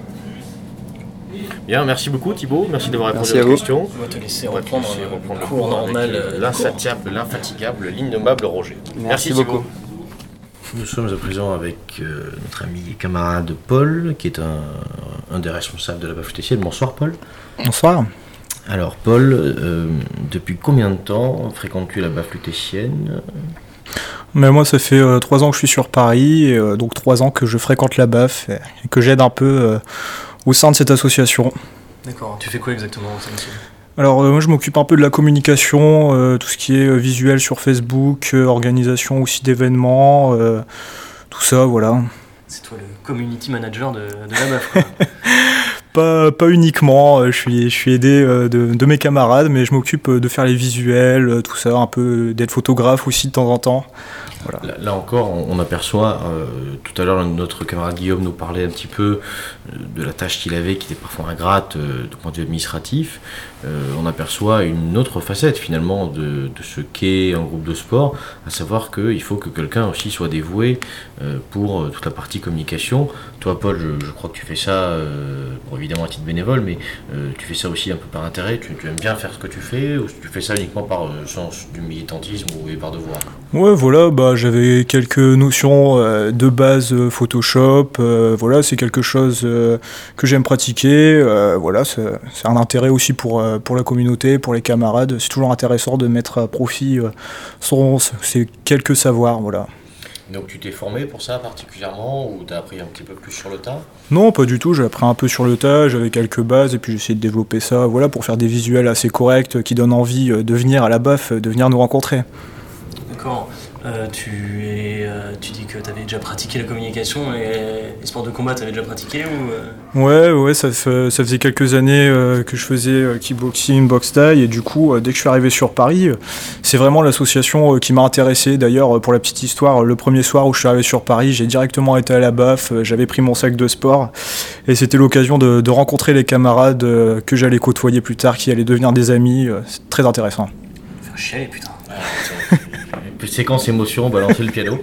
Bien, merci beaucoup Thibaut, merci d'avoir répondu merci à, à vos questions. On va te laisser reprendre, euh, reprendre le cours normal. Euh, l'infatigable, l'infatigable, l'innommable Roger. Merci, merci beaucoup. Nous sommes à présent avec euh, notre ami et camarade Paul, qui est un, un des responsables de la B A F lutétienne. Bonsoir Paul. Bonsoir. Alors Paul, euh, depuis combien de temps fréquentes-tu la B A F lutétienne? Mais moi ça fait euh, trois ans que je suis sur Paris, et, euh, donc trois ans que je fréquente la B A F et, et que j'aide un peu euh, au sein de cette association. D'accord, tu fais quoi exactement au sein de ça? Alors euh, moi je m'occupe un peu de la communication, euh, tout ce qui est euh, visuel sur Facebook, euh, organisation aussi d'événements, euh, tout ça, voilà. C'est toi le community manager de, de la B A F, quoi. Pas, pas uniquement, je suis, je suis aidé de, de mes camarades, mais je m'occupe de faire les visuels, tout ça, un peu d'être photographe aussi de temps en temps. Voilà. Là, là encore, on aperçoit, euh, tout à l'heure notre camarade Guillaume nous parlait un petit peu de la tâche qu'il avait, qui était parfois ingrate euh, du point de vue administratif. Euh, on aperçoit une autre facette finalement de, de ce qu'est un groupe de sport, à savoir qu'il faut que quelqu'un aussi soit dévoué euh, pour toute la partie communication. Toi Paul, je, je crois que tu fais ça, euh, bon, évidemment à titre bénévole, mais euh, tu fais ça aussi un peu par intérêt, tu, tu aimes bien faire ce que tu fais, ou tu fais ça uniquement par euh, sens du militantisme ou et par devoir? Ouais, voilà, bah, j'avais quelques notions euh, de base euh, Photoshop, euh, voilà, c'est quelque chose euh, que j'aime pratiquer, euh, voilà, c'est, c'est un intérêt aussi pour, euh, pour la communauté, pour les camarades, c'est toujours intéressant de mettre à profit euh, son, ces quelques savoirs, voilà. Donc tu t'es formé pour ça particulièrement, ou tu as appris un petit peu plus sur le tas? Non, pas du tout, j'ai appris un peu sur le tas, j'avais quelques bases et puis j'ai essayé de développer ça, voilà, pour faire des visuels assez corrects qui donnent envie de venir à la B A F, de venir nous rencontrer. D'accord. Euh, tu, es, euh, tu dis que tu avais déjà pratiqué la communication et les sports de combat, tu avais déjà pratiqué ou euh... Ouais, ouais, ça, fait, ça faisait quelques années euh, que je faisais euh, kickboxing, boxe thaï, et du coup, euh, dès que je suis arrivé sur Paris, euh, c'est vraiment l'association euh, qui m'a intéressé. D'ailleurs, euh, pour la petite histoire, le premier soir où je suis arrivé sur Paris, j'ai directement été à la B A F, euh, j'avais pris mon sac de sport, et c'était l'occasion de, de rencontrer les camarades euh, que j'allais côtoyer plus tard, qui allaient devenir des amis. Euh, c'est très intéressant. Faire chier, putain. Séquence émotion, balancer le piano.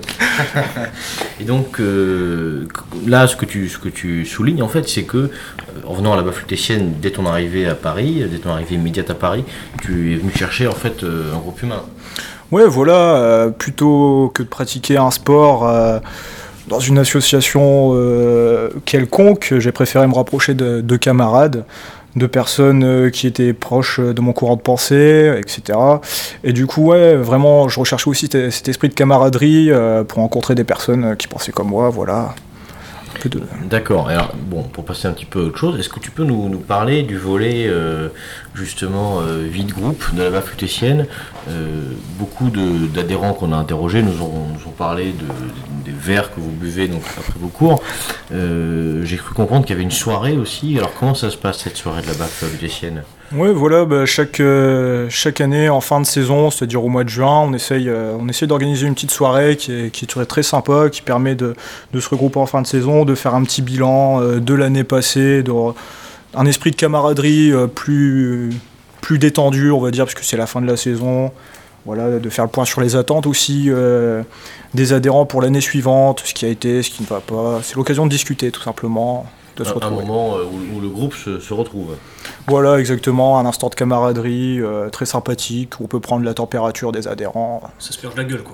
Et donc euh, là, ce que tu ce que tu soulignes en fait, c'est que euh, en venant à la B A F lutétienne, dès ton arrivée à Paris, dès ton arrivée immédiate à Paris, tu es venu chercher en fait euh, un groupe humain. Ouais, voilà. Euh, plutôt que de pratiquer un sport. Euh, dans une association euh, quelconque, j'ai préféré me rapprocher de, de camarades, de personnes euh, qui étaient proches de mon courant de pensée, et cetera. Et du coup, ouais, vraiment, je recherchais aussi t- cet esprit de camaraderie euh, pour rencontrer des personnes qui pensaient comme moi, voilà. Un peu de... D'accord. Alors, bon, pour passer un petit peu à autre chose, est-ce que tu peux nous, nous parler du volet, euh, justement, euh, vie de groupe de la baffe lutétienne? euh, Beaucoup de, d'adhérents qu'on a interrogés nous ont, nous ont parlé de, des verres que vous buvez donc, après vos cours. Euh, j'ai cru comprendre qu'il y avait une soirée aussi. Alors, comment ça se passe, cette soirée de la baffe lutétienne? Oui, voilà, bah, chaque, euh, chaque année, en fin de saison, c'est-à-dire au mois de juin, on essaye, euh, on essaye d'organiser une petite soirée qui est, qui est très, très sympa, qui permet de, de se regrouper en fin de saison, de faire un petit bilan euh, de l'année passée, de, un esprit de camaraderie euh, plus, plus détendu, on va dire, parce que c'est la fin de la saison. Voilà, de faire le point sur les attentes aussi euh, des adhérents pour l'année suivante, ce qui a été, ce qui ne va pas. C'est l'occasion de discuter, tout simplement. De se un, retrouver. un moment où, où le groupe se, se retrouve. Voilà, exactement, un instant de camaraderie euh, très sympathique, où on peut prendre la température des adhérents. Ça se purge la gueule, quoi.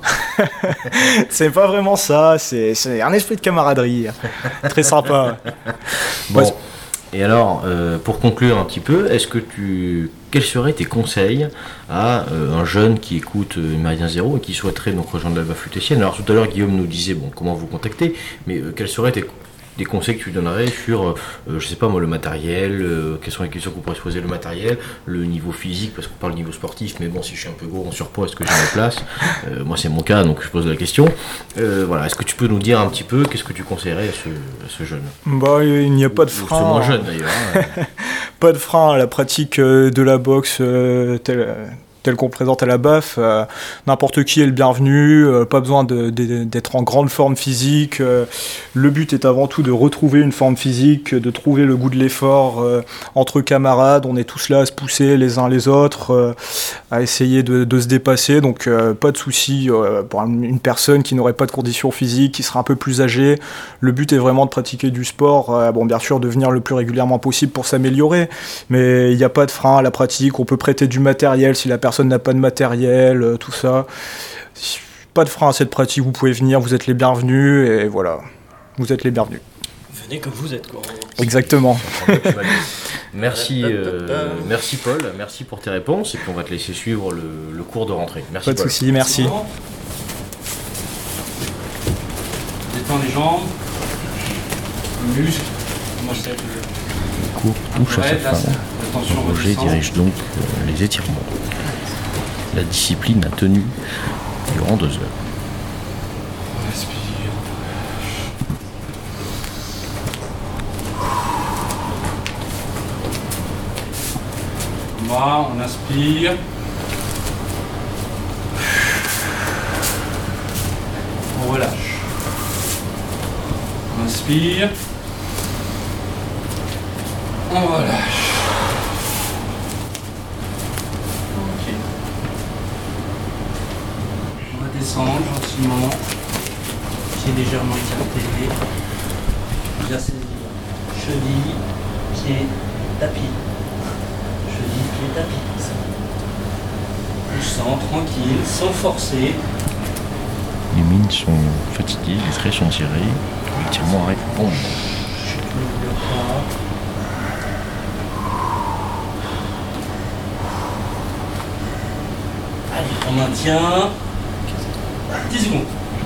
C'est pas vraiment ça, c'est, c'est un esprit de camaraderie, très sympa. Bon, Ouais. et alors, euh, pour conclure un petit peu, est-ce que tu... quels seraient tes conseils à euh, un jeune qui écoute euh, Méridien Zéro et qui souhaiterait donc rejoindre la baffe lutétienne? Alors tout à l'heure, Guillaume nous disait bon, comment vous contacter, mais euh, quels seraient tes des conseils que tu donnerais sur, euh, je sais pas moi, le matériel, euh, quelles sont les questions qu'on pourrait se poser, le matériel, le niveau physique, parce qu'on parle niveau sportif, mais bon, si je suis un peu gros en surpoids, est-ce que j'ai ma place? euh, Moi, c'est mon cas, donc je pose la question. Euh, voilà, est-ce que tu peux nous dire un petit peu, qu'est-ce que tu conseillerais à ce, à ce jeune? Bah, il n'y a pas de Ou frein. ce moins jeune d'ailleurs. Hein. Pas de frein à la pratique euh, de la boxe euh, telle, telle qu'on présente à la baffe. Euh, n'importe qui est le bienvenu, euh, pas besoin de, de, d'être en grande forme physique. Euh, le but est avant tout de retrouver une forme physique, de trouver le goût de l'effort euh, entre camarades. On est tous là à se pousser les uns les autres, euh, à essayer de, de se dépasser. Donc euh, pas de souci euh, pour une personne qui n'aurait pas de conditions physiques, qui serait un peu plus âgée. Le but est vraiment de pratiquer du sport. Euh, bon, bien sûr, de venir le plus régulièrement possible pour s'améliorer, mais il n'y a pas de frein à la pratique. On peut prêter du matériel si la personne n'a pas de matériel, euh, tout ça. Pas de frein à cette pratique, vous pouvez venir, vous êtes les bienvenus, et voilà, vous êtes les bienvenus. Venez comme vous êtes, quoi. Exactement. Merci, euh, merci Paul, merci pour tes réponses, et puis on va te laisser suivre le, le cours de rentrée. Merci Pas de Paul. souci, merci. Détends les jambes, muscles. Moi, je sais que Le cours touche à sa Ouais, là, fin. c'est- attention, Roger redescend. dirige donc euh, les étirements. La discipline a tenu durant deux heures. Respire. Voilà, on inspire. On relâche. On inspire. On relâche. Ok. On va descendre gentiment. Pied légèrement écarté. Bien saisir. Cheville, pied, tapis. Cheville, pied, tapis. Poussant, tranquille, sans forcer. Les mines sont fatiguées, les traits sont tirés, l'étirement arrête. Bon. N'oublie pas. Allez, on maintient. dix secondes.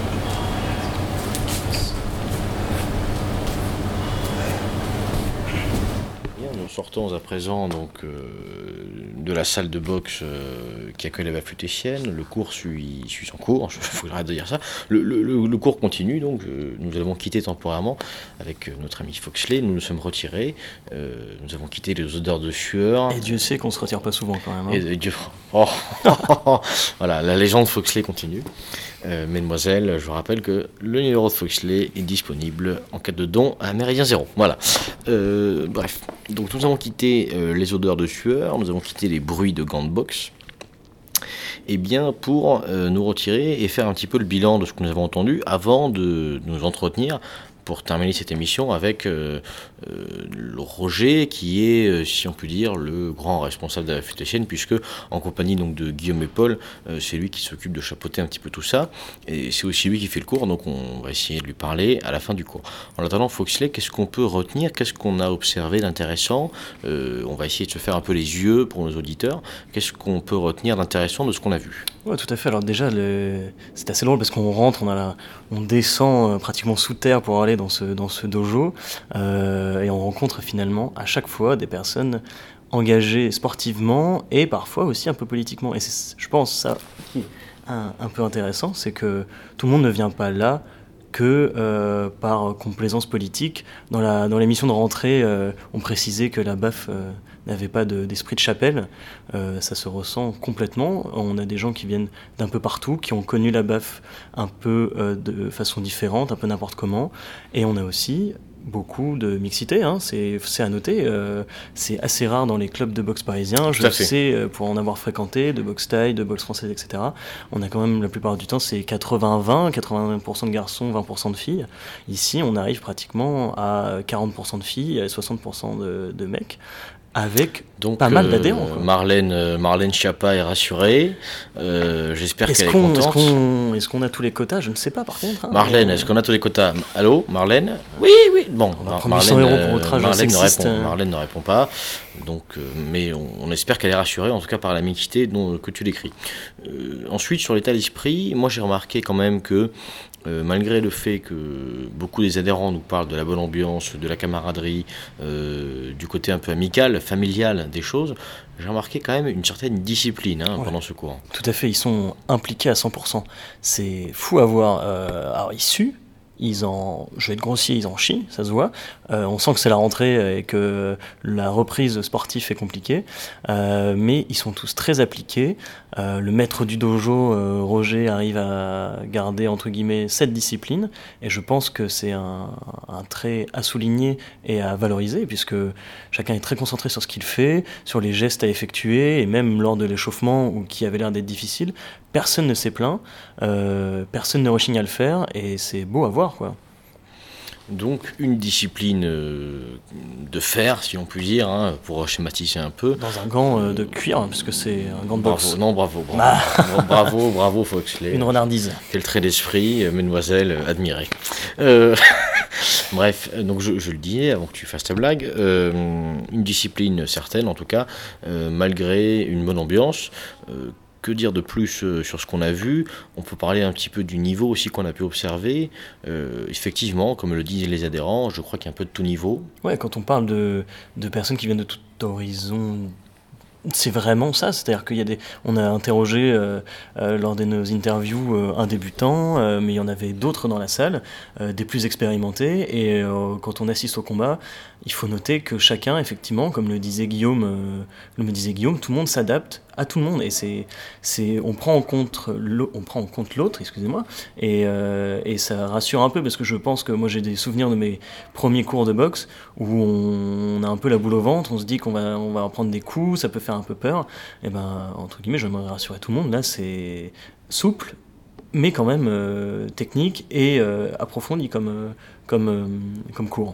Bien, nous sortons à présent donc euh, de la salle de boxe euh, qui accueille la baffe lutétienne. Le cours suit, suit son cours, il faut arrêter de dire ça. Le, le- le- le cours continue, donc euh, nous avons quitté temporairement avec euh, notre ami Foxley, nous nous sommes retirés, euh, nous avons quitté les odeurs de sueur. Et Dieu sait qu'on se retire pas souvent, quand même. hein. Et de Dieu. Oh. Voilà, la légende Foxley continue. Euh, mesdemoiselles, je vous rappelle que le numéro de Foxley est disponible en cas de don à Méridien Zéro. Voilà. Euh, bref, donc nous avons quitté euh, les odeurs de sueur, nous avons quitté les bruits de gants de boxe, et bien pour euh, nous retirer et faire un petit peu le bilan de ce que nous avons entendu avant de nous entretenir pour terminer cette émission avec euh, euh, Roger, qui est, euh, si on peut dire, le grand responsable de la Futétienne, puisque en compagnie donc de Guillaume et Paul, euh, c'est lui qui s'occupe de chapeauter un petit peu tout ça, et c'est aussi lui qui fait le cours, donc on va essayer de lui parler à la fin du cours. En attendant, Foxley, qu'est-ce qu'on peut retenir, qu'est-ce qu'on a observé d'intéressant? euh, On va essayer de se faire un peu les yeux pour nos auditeurs. Qu'est-ce qu'on peut retenir d'intéressant de ce qu'on a vu? Ouais, tout à fait. Alors déjà, le... c'est assez drôle parce qu'on rentre, on, a la... on descend euh, pratiquement sous terre pour aller dans ce, dans ce dojo euh, et on rencontre finalement à chaque fois des personnes engagées sportivement et parfois aussi un peu politiquement. Et c'est, je pense, ça qui est un, un peu intéressant, c'est que tout le monde ne vient pas là que euh, par complaisance politique. Dans, la, dans l'émission de rentrée, euh, on précisait que la B A F euh, n'avait pas de, d'esprit de chapelle. Euh, ça se ressent complètement. On a des gens qui viennent d'un peu partout, qui ont connu la B A F un peu euh, de façon différente, un peu n'importe comment. Et on a aussi beaucoup de mixité, hein. c'est, c'est à noter. Euh, c'est assez rare dans les clubs de boxe parisiens. Je sais, euh, pour en avoir fréquenté, de boxe thaï, de boxe française, et cetera. On a quand même, la plupart du temps, c'est quatre-vingts vingt, quatre-vingts pour cent de garçons, vingt pour cent de filles. Ici, on arrive pratiquement à quarante pour cent de filles et soixante pour cent de, de mecs. Avec donc, pas mal d'adhérents. Euh, Marlène, euh, Marlène Schiappa est rassurée. Euh, j'espère est-ce qu'elle qu'on, est contente. Est-ce qu'on, est-ce qu'on a tous les quotas? Je ne sais pas par contre. Hein, Marlène, mais... est-ce qu'on a tous les quotas? Allô, Marlène? Oui, oui. Bon, on va prendre Marlène, cent euros pour outrage Marlène, ne sexiste. répond, Marlène ne répond pas. Donc, euh, mais on, on espère qu'elle est rassurée, en tout cas par la mixité dont, que tu décris. Euh, ensuite, sur l'état d'esprit, moi j'ai remarqué quand même que Euh, malgré le fait que beaucoup des adhérents nous parlent de la bonne ambiance, de la camaraderie, euh, du côté un peu amical, familial des choses, j'ai remarqué quand même une certaine discipline hein, ouais. pendant ce cours. Tout à fait, ils sont impliqués à cent pour cent. C'est fou à voir. Euh, alors, ils suent, ils en, je vais être grossier, ils en chient, ça se voit. Euh, on sent que c'est la rentrée et que la reprise sportive est compliquée, euh, mais ils sont tous très appliqués. Euh, le maître du dojo, euh, Roger, arrive à garder entre guillemets cette discipline, et je pense que c'est un, un trait à souligner et à valoriser, puisque chacun est très concentré sur ce qu'il fait, sur les gestes à effectuer, et même lors de l'échauffement, ou qui avait l'air d'être difficile, personne ne s'est plaint, euh, personne ne rechigne à le faire, et c'est beau à voir, quoi. Donc une discipline euh, de fer, si on peut dire, hein, pour schématiser un peu. Dans un gant euh, de cuir, hein, puisque c'est un gant de bravo, boxe. Non, bravo, bravo, ah. bravo, bravo, Foxley. Une renardise. Quel trait d'esprit, euh, mesdemoiselles, euh, admirez. Euh, bref, donc je, je le disais avant que tu fasses ta blague, euh, une discipline certaine en tout cas, euh, malgré une bonne ambiance. Euh, Que dire de plus euh, sur ce qu'on a vu? On peut parler un petit peu du niveau aussi qu'on a pu observer. Euh, effectivement, comme le disent les adhérents, je crois qu'il y a un peu de tout niveau. Ouais, quand on parle de, de personnes qui viennent de tout horizon, c'est vraiment ça. C'est-à-dire qu'il y a des, on a interrogé euh, euh, lors de nos interviews euh, un débutant, euh, mais il y en avait d'autres dans la salle, euh, des plus expérimentés. Et euh, quand on assiste au combat, il faut noter que chacun, effectivement, comme le disait Guillaume, euh, le me disait Guillaume, tout le monde s'adapte à tout le monde, et c'est, c'est, on prend en compte, on prend en compte l'autre, excusez-moi, et, euh, et ça rassure un peu, parce que je pense que moi j'ai des souvenirs de mes premiers cours de boxe où on, on a un peu la boule au ventre, on se dit qu'on va, on va prendre des coups, ça peut faire un peu peur, et ben entre guillemets, j'aimerais rassurer tout le monde. Là, c'est souple, mais quand même euh, technique et euh, approfondi comme, euh, comme, euh, comme cours.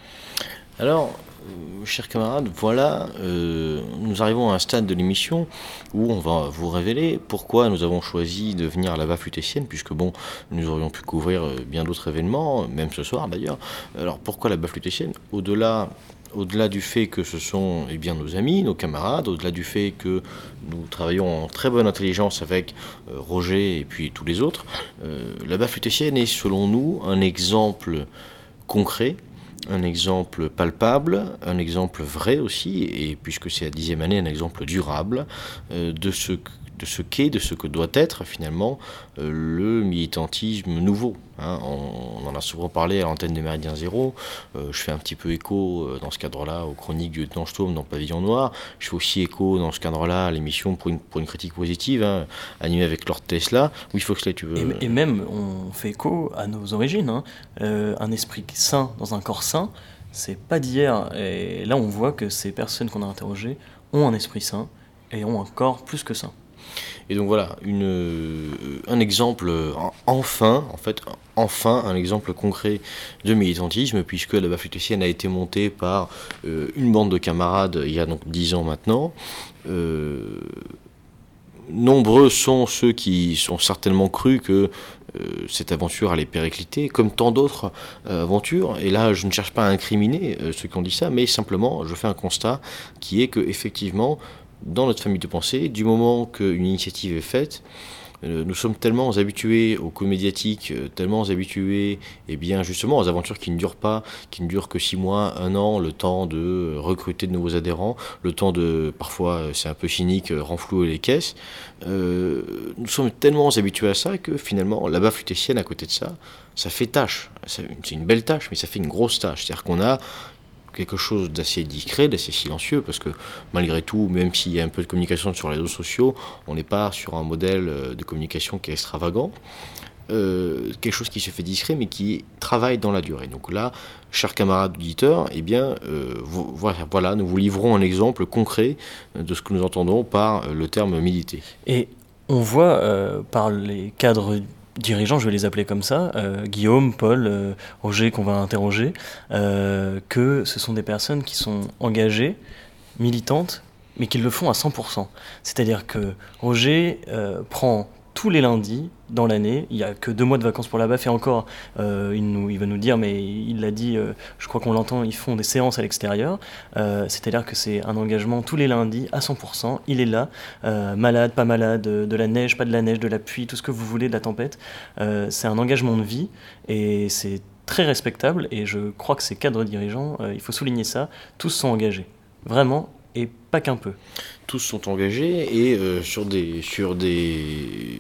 Alors, euh, chers camarades, voilà, euh, nous arrivons à un stade de l'émission où on va vous révéler pourquoi nous avons choisi de venir à la B A F lutétienne, puisque bon, nous aurions pu couvrir bien d'autres événements, même ce soir d'ailleurs. Alors pourquoi la B A F lutétienne? Au-delà, au-delà du fait que ce sont eh bien, nos amis, nos camarades, au-delà du fait que nous travaillons en très bonne intelligence avec euh, Roger et puis tous les autres, euh, la B A F lutétienne est selon nous un exemple concret, un exemple palpable, un exemple vrai aussi, et puisque c'est la dixième année, un exemple durable euh, de ce de ce qu'est, de ce que doit être finalement euh, le militantisme nouveau. Hein. On, on en a souvent parlé à l'antenne de Méridien Zéro. Euh, je fais un petit peu écho euh, dans ce cadre-là aux chroniques du lieutenant Sturm dans Pavillon Noir. Je fais aussi écho dans ce cadre-là à l'émission pour une, pour une critique positive, hein, animée avec Lord Tesla. Oui, Foxley, tu veux... Et, et même, on fait écho à nos origines. Hein. Euh, un esprit sain dans un corps sain, c'est pas d'hier. Et là, on voit que ces personnes qu'on a interrogées ont un esprit sain et ont un corps plus que sain. Et donc voilà, une, euh, un exemple, enfin, en fait, enfin, un exemple concret de militantisme, puisque la Bafut-Essienne a été montée par euh, une bande de camarades il y a donc dix ans maintenant. Euh, nombreux sont ceux qui sont certainement crus que euh, cette aventure allait péricliter, comme tant d'autres euh, aventures. Et là, je ne cherche pas à incriminer euh, ceux qui ont dit ça, mais simplement, je fais un constat qui est que effectivement, dans notre famille de pensée, du moment qu'une initiative est faite, euh, nous sommes tellement habitués aux coups médiatiques, euh, tellement habitués eh bien, justement aux aventures qui ne durent pas, qui ne durent que six mois, un an, le temps de recruter de nouveaux adhérents, le temps de, parfois c'est un peu cynique, renflouer les caisses. Euh, nous sommes tellement habitués à ça que finalement, la Bafut-Essienne à côté de ça, ça fait tâche. C'est une belle tâche, mais ça fait une grosse tâche. C'est-à-dire qu'on a quelque chose d'assez discret, d'assez silencieux, parce que malgré tout, même s'il y a un peu de communication sur les réseaux sociaux, on n'est pas sur un modèle de communication qui est extravagant. Euh, quelque chose qui se fait discret, mais qui travaille dans la durée. Donc là, chers camarades auditeurs, eh bien, euh, vous, voilà, voilà, nous vous livrons un exemple concret de ce que nous entendons par le terme militer. Et on voit euh, par les cadres dirigeants, je vais les appeler comme ça, euh, Guillaume, Paul, euh, Roger qu'on va interroger, euh, que ce sont des personnes qui sont engagées, militantes, mais qui le font à cent pour cent. C'est-à-dire que Roger euh, prend tous les lundis dans l'année, il n'y a que deux mois de vacances pour la B A F, et encore, euh, il, nous, il va nous dire, mais il l'a dit, euh, je crois qu'on l'entend, ils font des séances à l'extérieur, euh, c'est-à-dire que c'est un engagement tous les lundis à cent pour cent, il est là, euh, malade, pas malade, de la neige, pas de la neige, de la pluie, tout ce que vous voulez, de la tempête, euh, c'est un engagement de vie, et c'est très respectable, et je crois que ces cadres dirigeants, euh, il faut souligner ça, tous sont engagés, vraiment, et pas qu'un peu. Tous sont engagés, et euh, sur des... Sur des...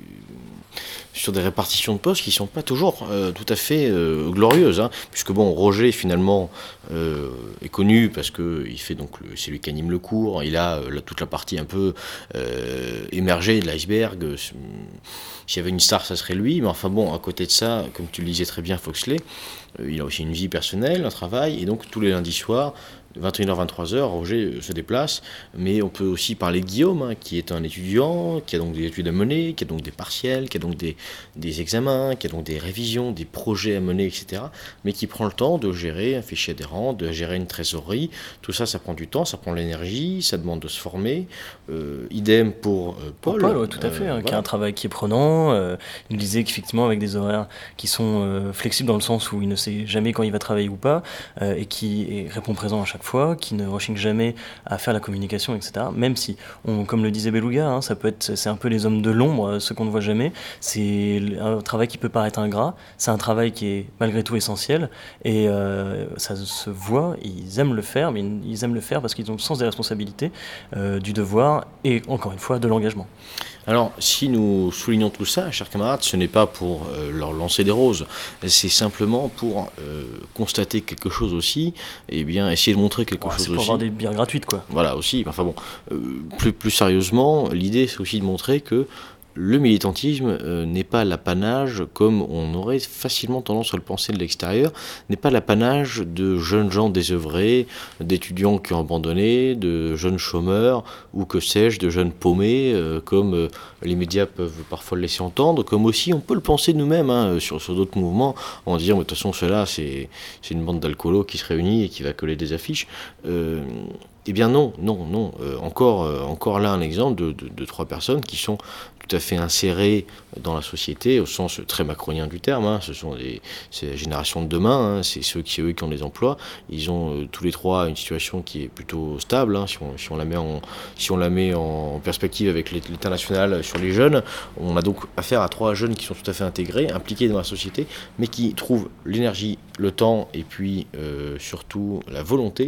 sur des répartitions de postes qui ne sont pas toujours euh, tout à fait euh, glorieuses, hein, puisque bon, Roger finalement euh, est connu parce que il fait donc c'est lui qui anime le cours, il a euh, toute la partie un peu euh, émergée de l'iceberg. S'il y avait une star, ça serait lui, mais enfin bon, à côté de ça, comme tu le disais très bien, Foxley, euh, il a aussi une vie personnelle, un travail, et donc tous les lundis soirs, vingt et une heures vingt-trois heures, Roger se déplace, mais on peut aussi parler de Guillaume, hein, qui est un étudiant, qui a donc des études à mener, qui a donc des partiels, qui a donc des, des examens, qui a donc des révisions, des projets à mener, et cetera, mais qui prend le temps de gérer un fichier adhérent, de gérer une trésorerie. Tout ça, ça prend du temps, ça prend de l'énergie, ça demande de se former. Euh, idem pour euh, Paul. Pour Paul, ouais, tout à fait, euh, hein, voilà. Qui a un travail qui est prenant. Euh, il nous disait qu'effectivement, avec des horaires qui sont euh, flexibles dans le sens où il ne sait jamais quand il va travailler ou pas, euh, et qui est, répond présent à chaque fois, qui ne rechigne jamais à faire la communication, et cetera. Même si, on, comme le disait Beluga, hein, ça peut être, c'est un peu les hommes de l'ombre, ceux qu'on ne voit jamais. C'est un travail qui peut paraître ingrat. C'est un travail qui est malgré tout essentiel. Et euh, ça se voit. Ils aiment le faire, mais ils aiment le faire parce qu'ils ont le sens des responsabilités, euh, du devoir et encore une fois de l'engagement. Alors, si nous soulignons tout ça, chers camarades, ce n'est pas pour euh, leur lancer des roses, c'est simplement pour euh, constater quelque chose aussi, et bien essayer de montrer quelque ouais, chose aussi. C'est pour avoir des bières gratuites, quoi. Voilà, aussi. Enfin bon, euh, plus, plus sérieusement, l'idée, c'est aussi de montrer que le militantisme euh, n'est pas l'apanage, comme on aurait facilement tendance à le penser de l'extérieur, n'est pas l'apanage de jeunes gens désœuvrés, d'étudiants qui ont abandonné, de jeunes chômeurs, ou que sais-je, de jeunes paumés, euh, comme euh, les médias peuvent parfois le laisser entendre, comme aussi on peut le penser nous-mêmes, hein, sur, sur d'autres mouvements, en disant, de toute façon, cela, c'est une bande d'alcoolos qui se réunit et qui va coller des affiches. Euh, Eh bien non, non, non. Euh, encore, euh, encore là un exemple de, de, de trois personnes qui sont tout à fait insérées dans la société au sens très macronien du terme. Hein. Ce sont les, c'est la génération de demain, hein. C'est ceux qui, eux, qui ont des emplois. Ils ont euh, tous les trois une situation qui est plutôt stable. Hein. Si, on, si on la met en, si on la met en perspective avec l'État national sur les jeunes, on a donc affaire à trois jeunes qui sont tout à fait intégrés, impliqués dans la société, mais qui trouvent l'énergie, le temps et puis euh, surtout la volonté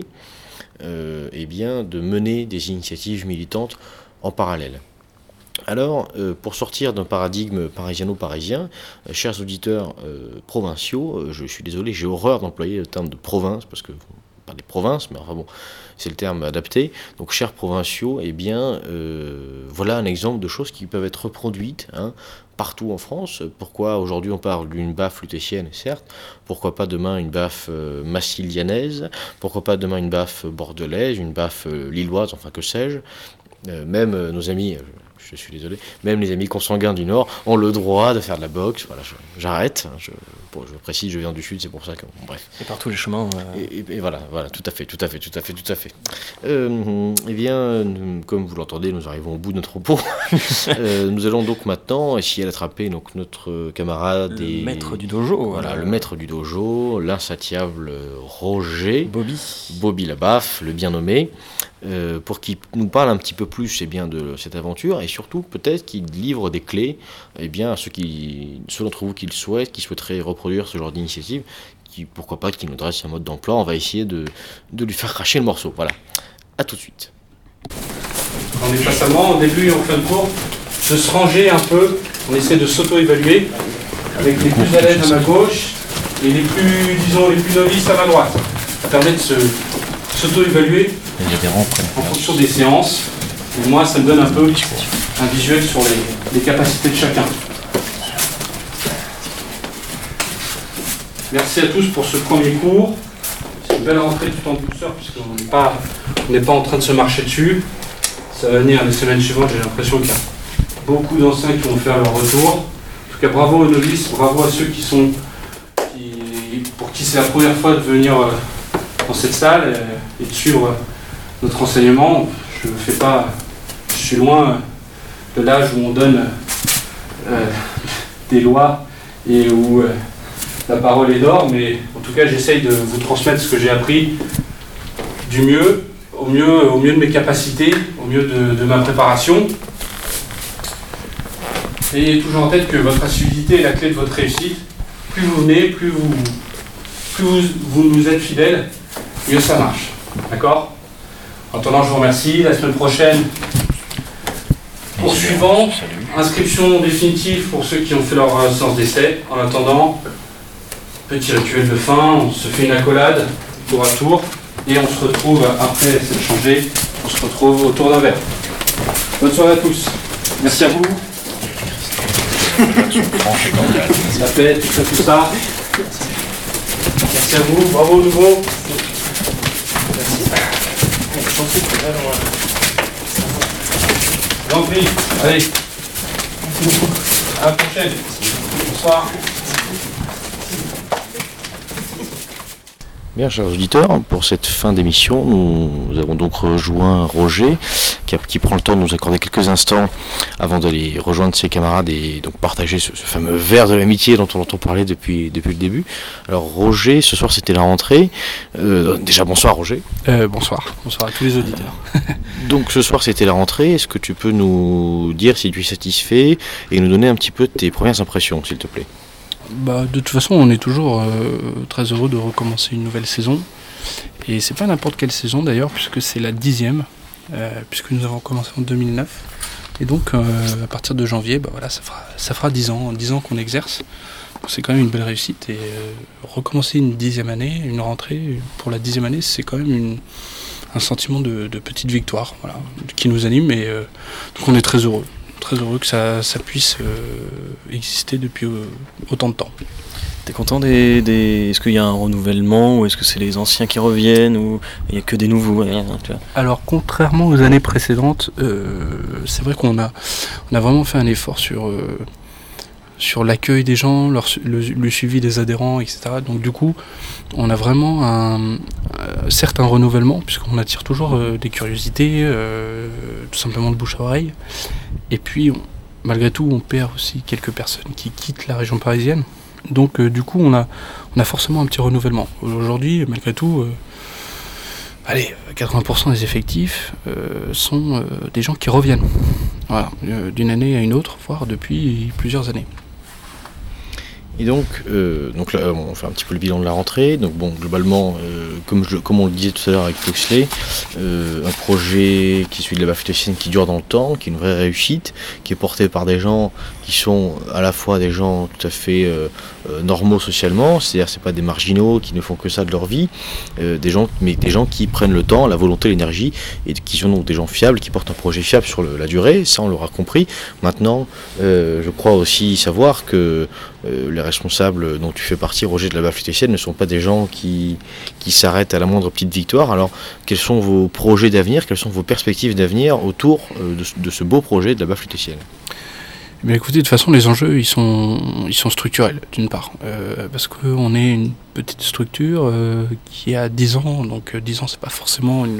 Euh, eh bien, de mener des initiatives militantes en parallèle. Alors, euh, pour sortir d'un paradigme parisiano-parisien, euh, chers auditeurs euh, provinciaux, euh, je suis désolé, j'ai horreur d'employer le terme de province, parce que pas des provinces, mais enfin bon, c'est le terme adapté. Donc, chers provinciaux, eh bien, euh, voilà un exemple de choses qui peuvent être reproduites, hein, partout en France. Pourquoi aujourd'hui on parle d'une B A F lutétienne, certes, pourquoi pas demain une B A F euh, massilianaise, pourquoi pas demain une B A F bordelaise, une B A F euh, lilloise, enfin que sais-je. Euh, même euh, nos amis, euh, je suis désolé, même les amis consanguins du Nord ont le droit de faire de la boxe. Voilà, je, j'arrête. Je, bon, je précise, je viens du Sud, c'est pour ça que. Bon, bref. Et par tous les chemins. Euh... Et, et, et voilà, voilà, tout à fait, tout à fait, tout à fait, tout à fait. Euh, eh bien, nous, comme vous l'entendez, nous arrivons au bout de notre propos. euh, nous allons donc maintenant essayer d'attraper donc notre camarade le et maître du dojo. Voilà, euh... le maître du dojo, l'insatiable Roger. Bobby. Bobby Labaffe, le bien nommé. Euh, pour qu'il nous parle un petit peu plus eh bien, de cette aventure et surtout peut-être qu'il livre des clés eh bien, à ceux, qui, ceux d'entre vous qui le souhaitent, qui souhaiteraient reproduire ce genre d'initiative, qui, pourquoi pas qu'il nous dresse un mode d'emploi, on va essayer de, de lui faire cracher le morceau. Voilà, à tout de suite. En déplacement, au début et en fin de cours, de se ranger un peu, on essaie de s'auto-évaluer avec les plus à l'aise à ma gauche et les plus, disons, les plus novices à ma droite. Ça permet de se, s'auto-évaluer en fonction des séances. Et moi, ça me donne un peu un visuel sur les, les capacités de chacun. Merci à tous pour ce premier cours. C'est une belle rentrée tout en douceur puisqu'on n'est pas, on n'est pas en train de se marcher dessus. Ça va venir les semaines suivantes, j'ai l'impression qu'il y a beaucoup d'anciens qui vont faire leur retour. En tout cas, bravo aux novices, bravo à ceux qui sont, qui, pour qui c'est la première fois de venir dans cette salle et de suivre notre enseignement. Je fais pas, je suis loin de l'âge où on donne euh, des lois et où euh, la parole est d'or, mais en tout cas j'essaye de vous transmettre ce que j'ai appris du mieux, au mieux, au mieux de mes capacités, au mieux de, de ma préparation. Ayez toujours en tête que votre assiduité est la clé de votre réussite. Plus vous venez, plus vous, plus vous, vous nous êtes fidèles, mieux ça marche. D'accord ? En attendant, je vous remercie. La semaine prochaine, poursuivant, inscription définitive pour ceux qui ont fait leur euh, séance d'essai. En attendant, petit rituel de fin, on se fait une accolade, tour à tour, et on se retrouve, après s'être changé, on se retrouve autour d'un verre. Bonne soirée à tous. Merci à vous. La paix, tout ça, tout ça. Merci à vous, bravo au nouveau. Je vous en prie, allez. À la prochaine. Bonsoir. Bien, chers auditeurs, pour cette fin d'émission, nous, nous avons donc rejoint Roger, qui, a, qui prend le temps de nous accorder quelques instants avant d'aller rejoindre ses camarades et donc partager ce, ce fameux verre de l'amitié dont on entend parler depuis, depuis le début. Alors Roger, ce soir c'était la rentrée. Euh, déjà bonsoir Roger. Euh, bonsoir, bonsoir à tous les auditeurs. Donc ce soir c'était la rentrée, est-ce que tu peux nous dire si tu es satisfait et nous donner un petit peu tes premières impressions, s'il te plaît ? Bah, de toute façon, on est toujours euh, très heureux de recommencer une nouvelle saison. Et c'est pas n'importe quelle saison d'ailleurs, puisque c'est la dixième, euh, puisque nous avons commencé en deux mille neuf. Et donc, euh, à partir de janvier, bah, voilà, ça fera, ça fera dix ans, dix ans qu'on exerce. Donc c'est quand même une belle réussite. Et euh, recommencer une dixième année, une rentrée pour la dixième année, c'est quand même une, un sentiment de, de petite victoire, voilà, qui nous anime. Et euh, donc on est très heureux. Très heureux que ça, ça puisse euh, exister depuis euh, autant de temps. T'es content des, des... Est-ce qu'il y a un renouvellement ou est-ce que c'est les anciens qui reviennent ou il n'y a que des nouveaux hein, tu vois. Alors contrairement aux années précédentes, euh, c'est vrai qu'on a, on a vraiment fait un effort sur, euh, sur l'accueil des gens, leur, le, le suivi des adhérents, et cetera. Donc du coup, on a vraiment un, euh, certes un renouvellement puisqu'on attire toujours euh, des curiosités, euh, tout simplement de bouche à oreille. Et puis, on, malgré tout, on perd aussi quelques personnes qui quittent la région parisienne. Donc, euh, du coup, on a, on a forcément un petit renouvellement. Aujourd'hui, malgré tout, euh, allez, quatre-vingts pour cent des effectifs euh, sont euh, des gens qui reviennent. Voilà, euh, d'une année à une autre, voire depuis plusieurs années. Et donc, euh, donc là, on fait un petit peu le bilan de la rentrée. Donc bon, globalement, euh, comme, je, comme on le disait tout à l'heure avec Foxley, euh, un projet qui suit de la Bafutessienne qui dure dans le temps, qui est une vraie réussite, qui est porté par des gens qui sont à la fois des gens tout à fait euh, euh, normaux socialement, c'est-à-dire c'est pas des marginaux qui ne font que ça de leur vie, euh, des gens, mais des gens qui prennent le temps, la volonté, l'énergie, et qui sont donc des gens fiables, qui portent un projet fiable sur le, la durée. Ça, on l'aura compris. Maintenant, euh, je crois aussi savoir que euh, les responsables dont tu fais partie, Roger de la Baffe Lutétienne, ne sont pas des gens qui, qui s'arrêtent à la moindre petite victoire. Alors, quels sont vos projets d'avenir, quelles sont vos perspectives d'avenir autour de, de ce beau projet de la Baffe Lutétienne ? Mais écoutez, de toute façon, les enjeux, ils sont, ils sont structurels, d'une part. Euh, parce qu'on est une petite structure euh, qui a dix ans, donc euh, dix ans, c'est pas forcément une,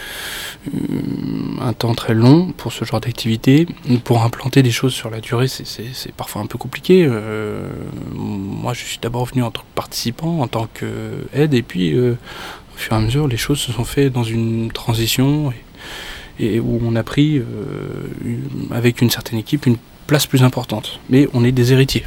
une, un temps très long pour ce genre d'activité. Pour implanter des choses sur la durée, c'est, c'est, c'est parfois un peu compliqué. Euh, moi, je suis d'abord venu en tant que participant, en tant qu'aide, et puis, euh, au fur et à mesure, les choses se sont faites dans une transition, et, et où on a pris, euh, une, avec une certaine équipe, une place plus importante, mais on est des héritiers.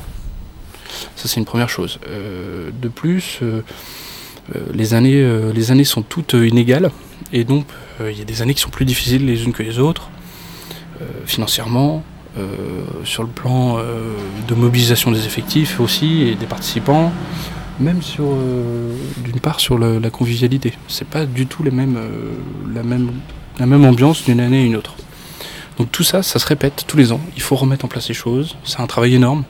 Ça, c'est une première chose. Euh, de plus, euh, euh, les, années, euh, les années sont toutes euh, inégales, et donc il euh, y a des années qui sont plus difficiles les unes que les autres, euh, financièrement, euh, sur le plan euh, de mobilisation des effectifs aussi, et des participants, même sur, euh, d'une part sur le, la convivialité. C'est pas du tout les mêmes, euh, la, même, la même ambiance d'une année à une autre. Donc tout ça, ça se répète tous les ans. Il faut remettre en place les choses. C'est un travail énorme.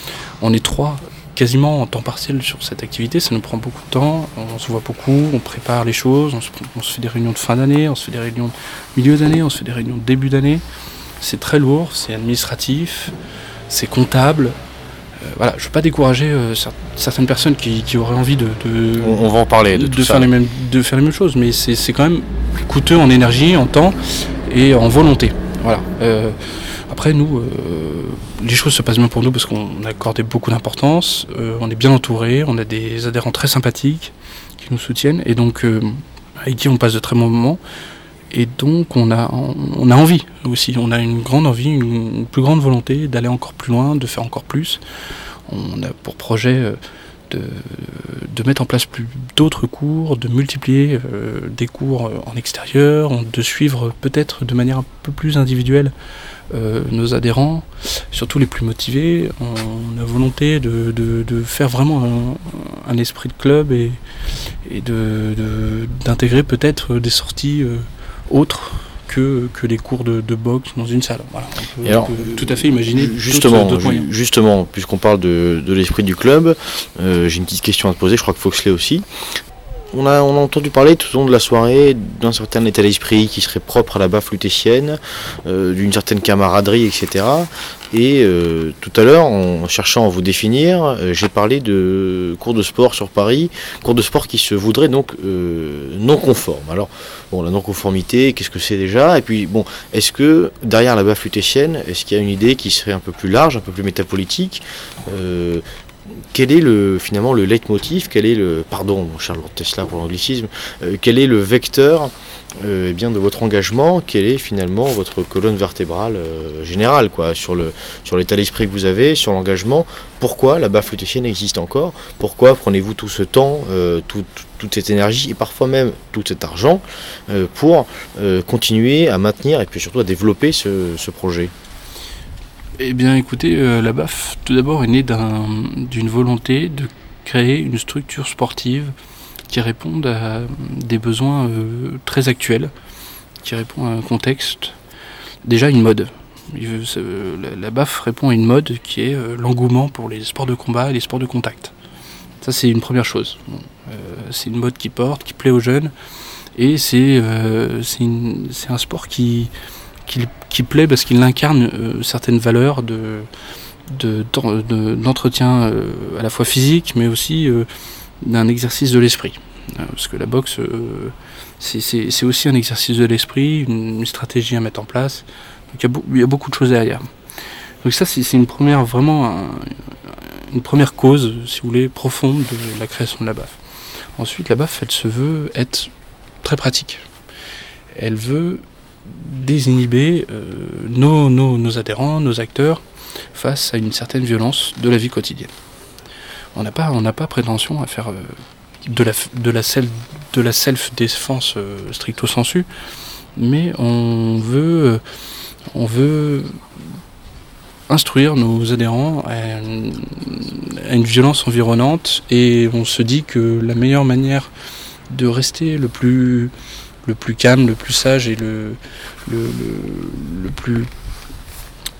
On est trois quasiment en temps partiel sur cette activité. Ça nous prend beaucoup de temps. On se voit beaucoup, on prépare les choses. On se, on se fait des réunions de fin d'année, on se fait des réunions de milieu d'année, on se fait des réunions de début d'année. C'est très lourd, c'est administratif, c'est comptable. Euh, voilà, je ne veux pas décourager euh, certaines personnes qui, qui auraient envie de, de, on, on va en parler de, de, de, faire les mêmes, de faire les mêmes choses. Mais c'est, c'est quand même coûteux en énergie, en temps et en volonté. Voilà. Euh, après, nous, euh, les choses se passent bien pour nous parce qu'on a accordé beaucoup d'importance. Euh, on est bien entouré, on a des adhérents très sympathiques qui nous soutiennent et donc euh, avec qui on passe de très bons moments. Et donc, on a, on a envie aussi. On a une grande envie, une, une plus grande volonté d'aller encore plus loin, de faire encore plus. On a pour projet euh, de, de mettre en place plus d'autres cours, de multiplier euh, des cours en extérieur, de suivre peut-être de manière un peu plus individuelle euh, nos adhérents, surtout les plus motivés. On a volonté de, de, de faire vraiment un, un esprit de club et, et de, de, d'intégrer peut-être des sorties euh, autres Que, que les cours de, de boxe dans une salle. Voilà, on peut, alors, on peut tout à fait imaginer justement, d'autres, d'autres moyens. Justement, puisqu'on parle de, de l'esprit du club, euh, j'ai une petite question à te poser, je crois que Foxley aussi. On a, on a entendu parler tout au long de la soirée d'un certain état d'esprit qui serait propre à la Baffe lutétienne, euh, d'une certaine camaraderie, et cetera. Et euh, tout à l'heure, en cherchant à vous définir, euh, j'ai parlé de cours de sport sur Paris, cours de sport qui se voudraient donc euh, non conformes. Alors, bon, la non-conformité, qu'est-ce que c'est déjà ? Et puis, bon, est-ce que derrière la Baffe lutétienne, est-ce qu'il y a une idée qui serait un peu plus large, un peu plus métapolitique ? euh, Quel est le, finalement le leitmotiv, quel est le, pardon Charles Tesla pour l'anglicisme, euh, quel est le vecteur euh, eh bien, de votre engagement, quelle est finalement votre colonne vertébrale euh, générale quoi, sur, le, sur l'état d'esprit que vous avez, sur l'engagement, pourquoi la Baffe lutétienne existe encore, pourquoi prenez-vous tout ce temps, euh, tout, tout, toute cette énergie et parfois même tout cet argent euh, pour euh, continuer à maintenir et puis surtout à développer ce, ce projet ? Eh bien écoutez, euh, la Baffe tout d'abord est née d'un, d'une volonté de créer une structure sportive qui réponde à des besoins euh, très actuels, qui répond à un contexte, déjà une mode. Il, euh, la, la Baffe répond à une mode qui est euh, l'engouement pour les sports de combat et les sports de contact. Ça c'est une première chose. Bon, euh, c'est une mode qui porte, qui plaît aux jeunes, et c'est, euh, c'est, une, c'est un sport qui... Qui, qui plaît parce qu'il incarne euh, certaines valeurs de, de, de, d'entretien euh, à la fois physique mais aussi euh, d'un exercice de l'esprit. Euh, parce que la boxe, euh, c'est, c'est, c'est aussi un exercice de l'esprit, une, une stratégie à mettre en place. Donc il y a, beau, il y a beaucoup de choses derrière. Donc ça, c'est, c'est une première, vraiment un, une première cause, si vous voulez, profonde de la création de la Baffe. Ensuite, la Baffe, elle se veut être très pratique. Elle veut désinhiber euh, nos, nos, nos adhérents, nos acteurs face à une certaine violence de la vie quotidienne. On n'a pas, on n'a pas prétention à faire euh, de, la, de, la self, de la self-défense euh, stricto sensu, mais on veut, euh, on veut instruire nos adhérents à une, à une violence environnante et on se dit que la meilleure manière de rester le plus le plus calme, le plus sage et le, le, le, le plus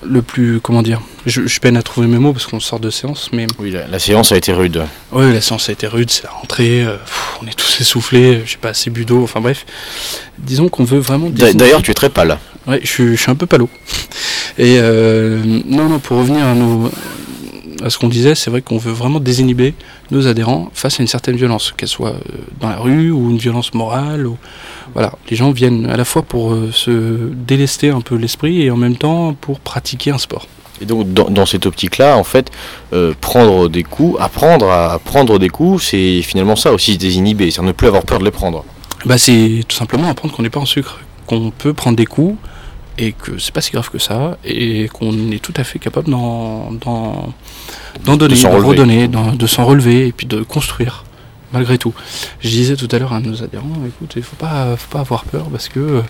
le plus, comment dire, je, je peine à trouver mes mots parce qu'on sort de séance, mais... Oui, la, la séance a été rude. Oui, la séance a été rude, c'est la rentrée, euh, pff, on est tous essoufflés, j'ai pas assez bu d'eau, enfin bref. Disons qu'on veut vraiment... D'a- D'ailleurs, tu es très pâle. Ouais, je suis, je suis un peu palo. Et euh, non, non, pour revenir à, nos, à ce qu'on disait, c'est vrai qu'on veut vraiment désinhiber nos adhérents face à une certaine violence, qu'elle soit dans la rue ou une violence morale. Ou, voilà, les gens viennent à la fois pour euh, se délester un peu l'esprit et en même temps pour pratiquer un sport. Et donc, dans, dans cette optique-là, en fait, euh, prendre des coups, apprendre à prendre des coups, c'est finalement ça aussi, se désinhiber, c'est-à-dire ne plus avoir peur de les prendre. Bah, c'est tout simplement apprendre qu'on n'est pas en sucre, qu'on peut prendre des coups et que c'est pas si grave que ça et qu'on est tout à fait capable d'en, d'en, d'en donner, de, de redonner, d'en, de s'en relever et puis de construire malgré tout. Je disais tout à l'heure à nos adhérents, écoute, il faut pas, faut pas avoir peur parce que euh,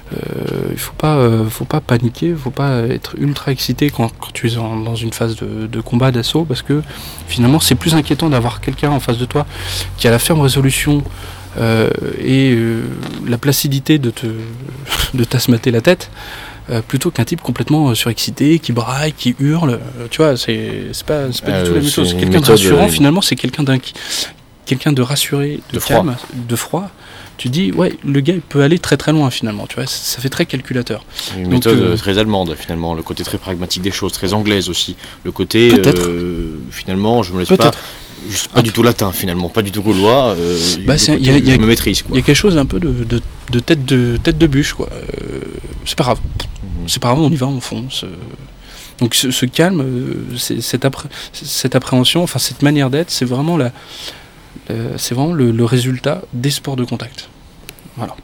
il faut pas, euh, faut pas paniquer, il faut pas être ultra excité quand, quand tu es en, dans une phase de, de combat, d'assaut, parce que finalement c'est plus inquiétant d'avoir quelqu'un en face de toi qui a la ferme résolution Euh, et euh, la placidité de te de t'asmater la tête euh, plutôt qu'un type complètement euh, surexcité qui braille, qui hurle, euh, tu vois, c'est c'est pas c'est pas euh, du tout la même chose. Quelqu'un de rassurant, euh... finalement, c'est quelqu'un d'un quelqu'un de rassuré, de, de calme, froid. de froid. Tu dis ouais, le gars il peut aller très très loin finalement, tu vois, ça fait très calculateur. Une Donc, méthode euh, très allemande finalement, le côté très pragmatique des choses, très anglaise aussi, le côté euh, finalement je me laisse pas. Juste pas ah, du tout latin finalement, pas du tout gaulois, euh, bah côté, y a, y a, je me maîtrise. Il y a quelque chose un peu de, de, de, tête, de tête de bûche, quoi. Euh, c'est pas grave, mmh. c'est pas grave, on y va, on fonce. Euh. Donc ce, ce calme, euh, c'est, cette, appré- cette appréhension, enfin cette manière d'être, c'est vraiment, la, la, c'est vraiment le, le résultat des sports de contact. Voilà.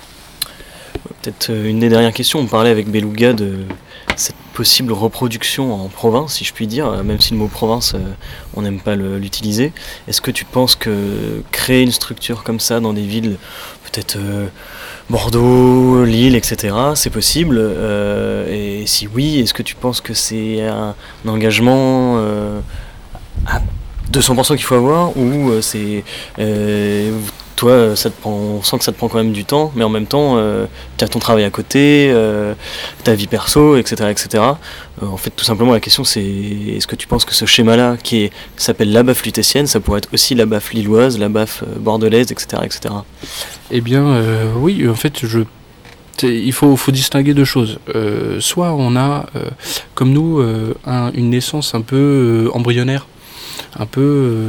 Peut-être une des dernières questions, on parlait avec Beluga de cette possible reproduction en province, si je puis dire, même si le mot province, on n'aime pas le, l'utiliser. Est-ce que tu penses que créer une structure comme ça dans des villes, peut-être euh, Bordeaux, Lille, et cetera, c'est possible euh, et si oui, est-ce que tu penses que c'est un, un engagement euh, à deux cents pour cent qu'il faut avoir, ou euh, c'est... Euh, toi, ça te prend, on sent que ça te prend quand même du temps, mais en même temps, euh, tu as ton travail à côté, euh, ta vie perso, et cetera, et cetera. Euh, en fait, tout simplement, la question, c'est est-ce que tu penses que ce schéma-là, qui est, s'appelle la baffe lutétienne, ça pourrait être aussi la baffe lilloise, la baffe bordelaise, et cetera, et cetera. Eh bien, euh, oui, en fait, je, il faut, faut distinguer deux choses. Euh, soit on a, euh, comme nous, euh, un, une naissance un peu euh, embryonnaire, un peu euh,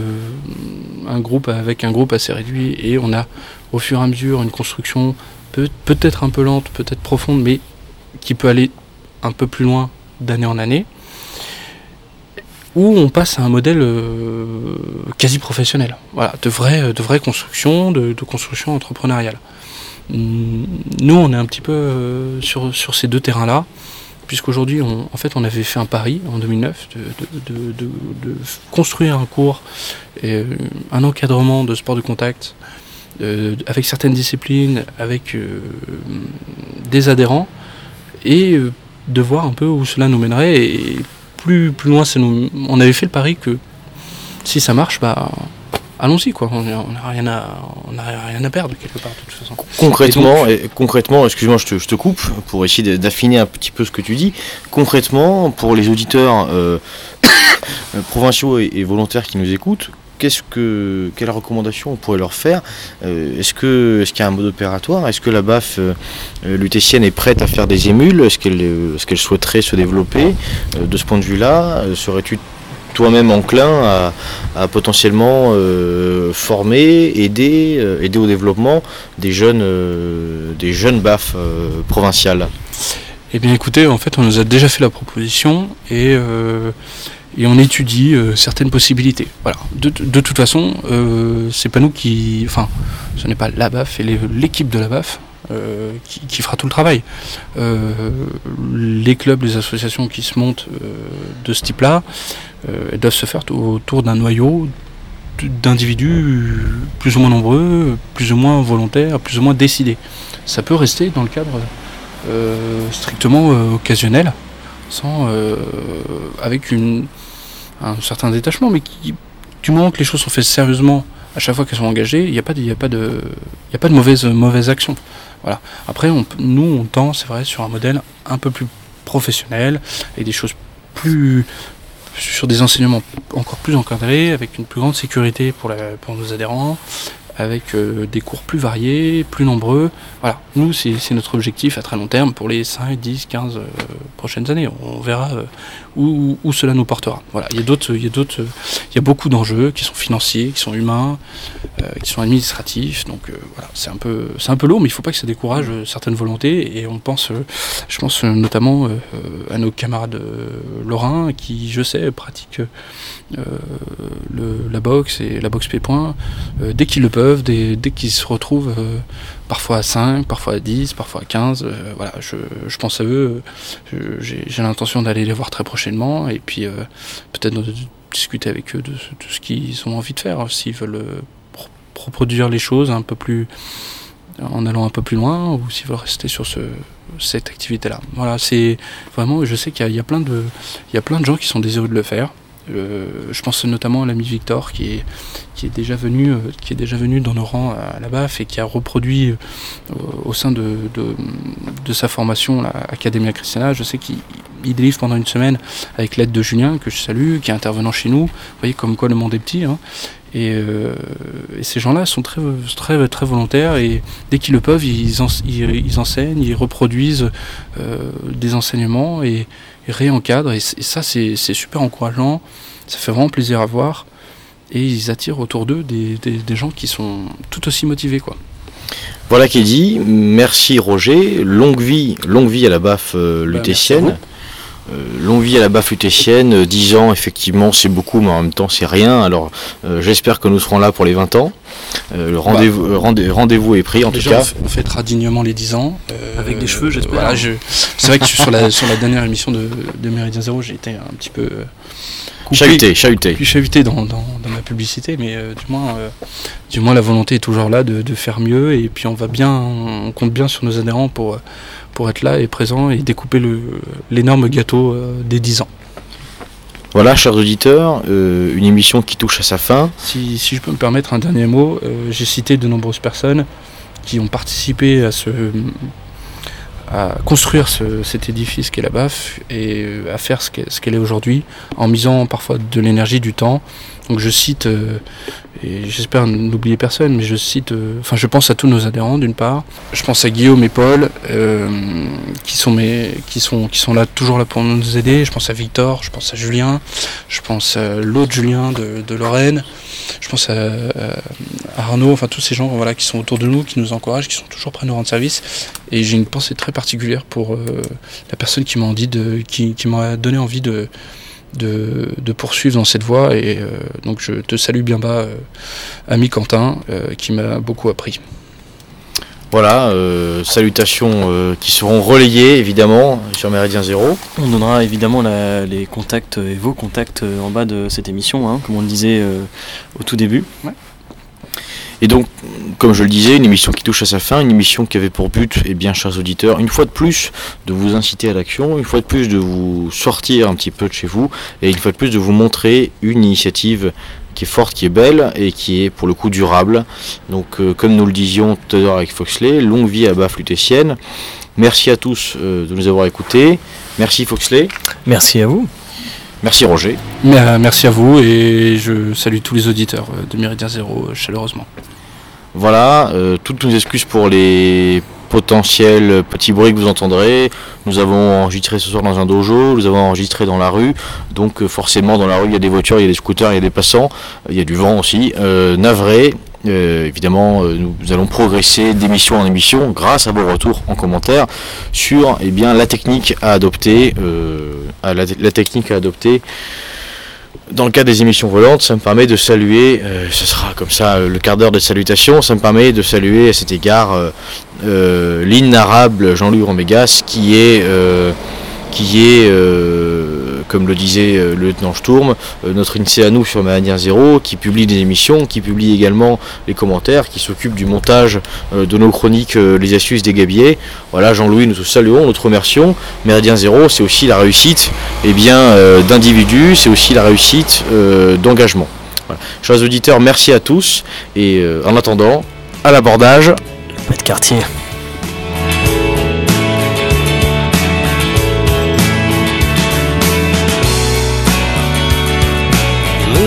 un groupe avec un groupe assez réduit, et on a au fur et à mesure une construction peut, peut-être un peu lente, peut-être profonde, mais qui peut aller un peu plus loin d'année en année, où on passe à un modèle euh, quasi professionnel, voilà, de vraie, de vraie construction, de, de construction entrepreneuriale. Nous on est un petit peu euh, sur, sur ces deux terrains-là, puisqu'aujourd'hui, on, en fait, on avait fait un pari en deux mille neuf de, de, de, de, de construire un cours et un encadrement de sport de contact euh, avec certaines disciplines, avec euh, des adhérents, et euh, de voir un peu où cela nous mènerait. Et plus, plus loin, ça nous, on avait fait le pari que si ça marche, bah, allons-y, quoi. On n'a rien à, on a rien à perdre quelque part de toute façon. Concrètement, et donc, et concrètement, excuse-moi, je te, je te coupe pour essayer d'affiner un petit peu ce que tu dis. Concrètement, pour les auditeurs euh, provinciaux et, et volontaires qui nous écoutent, qu'est-ce que, quelle recommandation on pourrait leur faire? euh, Est-ce que, est-ce qu'il y a un mode opératoire? Est-ce que la baffe euh, lutétienne est prête à faire des émules? Est-ce qu'elle, est-ce qu'elle souhaiterait se développer? euh, De ce point de vue-là, euh, serais-tu toi-même enclin à, à potentiellement euh, former, aider, euh, aider au développement des jeunes, euh, des jeunes baffes euh, provinciales? Eh bien écoutez, en fait on nous a déjà fait la proposition et, euh, et on étudie euh, certaines possibilités. Voilà. De, de, de toute façon, euh, c'est pas nous qui... Enfin, ce n'est pas la baffe et les, l'équipe de la baffe Euh, qui, qui fera tout le travail. Euh, les clubs, les associations qui se montent euh, de ce type-là euh, doivent se faire t- autour d'un noyau d'individus plus ou moins nombreux, plus ou moins volontaires, plus ou moins décidés. Ça peut rester dans le cadre euh, strictement euh, occasionnel, sans, euh, avec une, un certain détachement, mais qui, du moment que les choses sont faites sérieusement, à chaque fois qu'elles sont engagées, il n'y a pas de, il y a pas de, il y a pas de mauvaise, mauvaise action. Voilà. Après, on, nous, on tend, c'est vrai, sur un modèle un peu plus professionnelle, et des choses plus sur des enseignements encore plus encadrés, avec une plus grande sécurité pour, la, pour nos adhérents, avec euh, des cours plus variés, plus nombreux. Voilà, nous, c'est, c'est notre objectif à très long terme pour les cinq, dix, quinze euh, prochaines années. On verra euh, où, où cela nous portera. Voilà, il y a d'autres, il y a d'autres, il y a beaucoup d'enjeux qui sont financiers, qui sont humains, euh, qui sont administratifs. Donc euh, voilà, c'est un peu, c'est un peu lourd, mais il ne faut pas que ça décourage euh, certaines volontés. Et on pense, euh, je pense euh, notamment euh, à nos camarades euh, lorrains qui, je sais, pratiquent euh, le, la boxe et la boxe pied-point euh, dès qu'ils le peuvent, dès, dès qu'ils se retrouvent euh, parfois à cinq, parfois à dix, parfois à quinze. Euh, voilà, je, je pense à eux. Je, j'ai, j'ai l'intention d'aller les voir très prochainement et puis euh, peut-être de discuter avec eux de, de ce qu'ils ont envie de faire, s'ils veulent euh, pro- reproduire les choses un peu plus, en allant un peu plus loin, ou s'ils veulent rester sur ce, cette activité-là. Voilà, c'est vraiment, je sais qu'il y a, il y a plein de, il y a plein de gens qui sont désireux de le faire. Euh, je pense notamment à l'ami Victor qui est, qui est déjà venu, euh, qui est déjà venu dans nos rangs à, à la B A F et qui a reproduit euh, au sein de, de, de sa formation à Academia Christiana. Je sais qu'il il délivre pendant une semaine avec l'aide de Julien, que je salue, qui est intervenant chez nous. Vous voyez comme quoi le monde est petit, hein. Et, euh, et ces gens-là sont très, très, très volontaires et dès qu'ils le peuvent, ils, en, ils, ils enseignent, ils reproduisent euh, des enseignements et, et réencadrent. Et, et ça, c'est, c'est super encourageant. Ça fait vraiment plaisir à voir. Et ils attirent autour d'eux des, des, des gens qui sont tout aussi motivés, quoi. Voilà qui est dit. Merci Roger. Longue vie, longue vie à la B A F euh, lutétienne. Bah, Euh, longue vie à la B A F lutétienne, euh, dix ans effectivement c'est beaucoup mais en même temps c'est rien, alors euh, j'espère que nous serons là pour les vingt ans, euh, le rendez-vous, bah, euh, rendez, rendez-vous est pris en déjà, tout cas. On, f- on fêtera dignement les dix ans. Euh, Avec des cheveux j'espère. Voilà, je, c'est vrai que sur la, sur la dernière émission de, de Méridien Zéro j'ai été un petit peu... Euh, Coupé, chahuté, chahuté. Puis chahuté dans, dans, dans ma publicité, mais euh, du moins, euh, du moins la volonté est toujours là de, de faire mieux et puis on va bien, on compte bien sur nos adhérents pour, pour être là et présent et découper le, l'énorme gâteau euh, des dix ans. Voilà, chers auditeurs, euh, une émission qui touche à sa fin. Si, si je peux me permettre un dernier mot, euh, j'ai cité de nombreuses personnes qui ont participé à ce... à construire ce, cet édifice qu'est la B A F et à faire ce qu'elle, ce qu'elle est aujourd'hui en misant parfois de l'énergie, du temps. Donc je cite, euh, et j'espère n'oublier personne, mais je cite, euh, enfin je pense à tous nos adhérents d'une part. Je pense à Guillaume et Paul euh, qui, sont mes, qui, sont, qui sont là, toujours là pour nous aider. Je pense à Victor, je pense à Julien, je pense à l'autre Julien de, de Lorraine. Je pense à, à Arnaud, enfin tous ces gens voilà, qui sont autour de nous, qui nous encouragent, qui sont toujours prêts à nous rendre service. Et j'ai une pensée très particulière pour euh, la personne qui m'a, dit de, qui, qui m'a donné envie de, de, de poursuivre dans cette voie. Et euh, donc je te salue bien bas, euh, ami Quentin, euh, qui m'a beaucoup appris. Voilà, euh, salutations euh, qui seront relayées évidemment sur Méridien Zéro. On donnera évidemment la, les contacts et vos contacts en bas de cette émission, hein, comme on le disait euh, au tout début. Ouais. Et donc, comme je le disais, une émission qui touche à sa fin, une émission qui avait pour but, eh bien, chers auditeurs, une fois de plus, de vous inciter à l'action, une fois de plus, de vous sortir un petit peu de chez vous, et une fois de plus, de vous montrer une initiative qui est forte, qui est belle et qui est pour le coup durable. Donc euh, comme nous le disions tout à l'heure avec Foxley, longue vie à B A F lutétienne. Merci à tous euh, de nous avoir écoutés. Merci Foxley. Merci à vous. Merci Roger. Merci à vous et je salue tous les auditeurs de Méridien Zéro chaleureusement. Voilà, euh, toutes nos excuses pour les potentiels petits bruits que vous entendrez. Nous avons enregistré ce soir dans un dojo, nous avons enregistré dans la rue, donc euh, forcément dans la rue il y a des voitures, il y a des scooters, il y a des passants, il y a du vent aussi. Euh, navré, euh, évidemment euh, nous, nous allons progresser d'émission en émission grâce à vos retours en commentaire sur eh bien, la technique à adopter, euh, à la, la technique à adopter. Dans le cadre des émissions volantes, ça me permet de saluer, euh, ce sera comme ça euh, le quart d'heure de salutation, ça me permet de saluer à cet égard euh, euh, l'innarrable Jean-Louis Romégas qui est, euh, qui est euh, comme le disait euh, le lieutenant Sturm, euh, notre I N S E E à nous sur Méridien Zéro, qui publie des émissions, qui publie également les commentaires, qui s'occupe du montage euh, de nos chroniques euh, Les Astuces des Gabiers. Voilà, Jean-Louis, nous te saluons, nous te remercions. Méridien Zéro, c'est aussi la réussite eh bien, euh, d'individus, c'est aussi la réussite euh, d'engagement. Voilà. Chers auditeurs, merci à tous, et euh, en attendant, à l'abordage. Pas de quartier.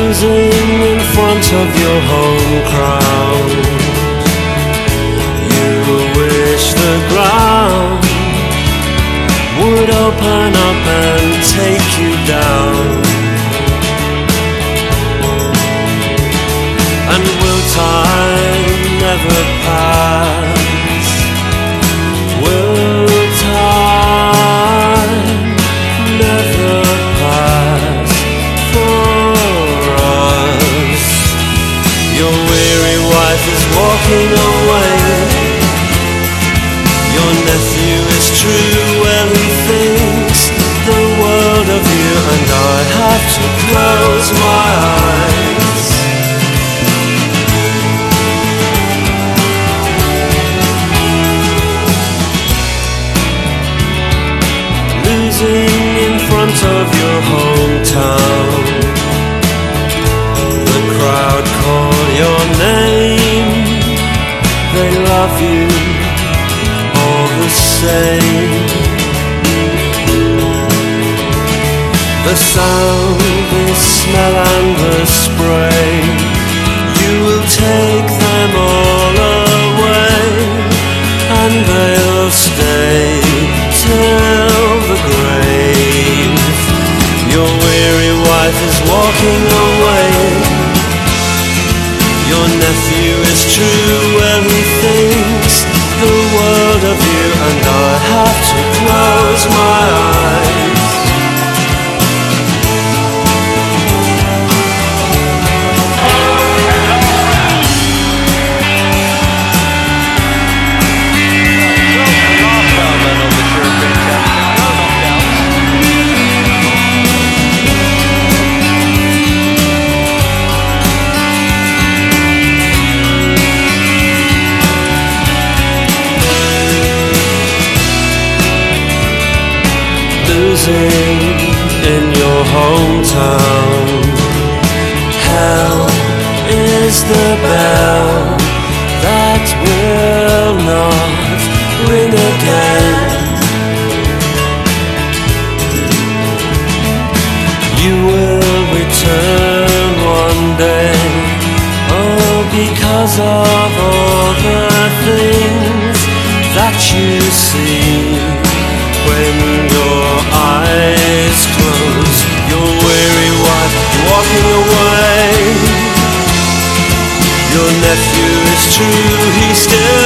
losing in front of your home crowd. You wish the ground would open up and take you down. And will time never pass? Will time never pass for us? Your weary wife is walking away. Your nephew is true, well he thinks the world of you, and I have to close my eyes. Losing in front of your hometown, the crowd call your name, they love you all the same. The sound, the smell and the spray, you will take them all away, and they'll stay till the grave. Your weary wife is walking away. Your nephew is true, well he thinks the world of you, and I have to close my eyes. Losing in your hometown, hell is the bell that will not ring again. You will return one day, oh, because of all the things that you see when your eyes close. Your weary wife walking away. Your nephew is true, he still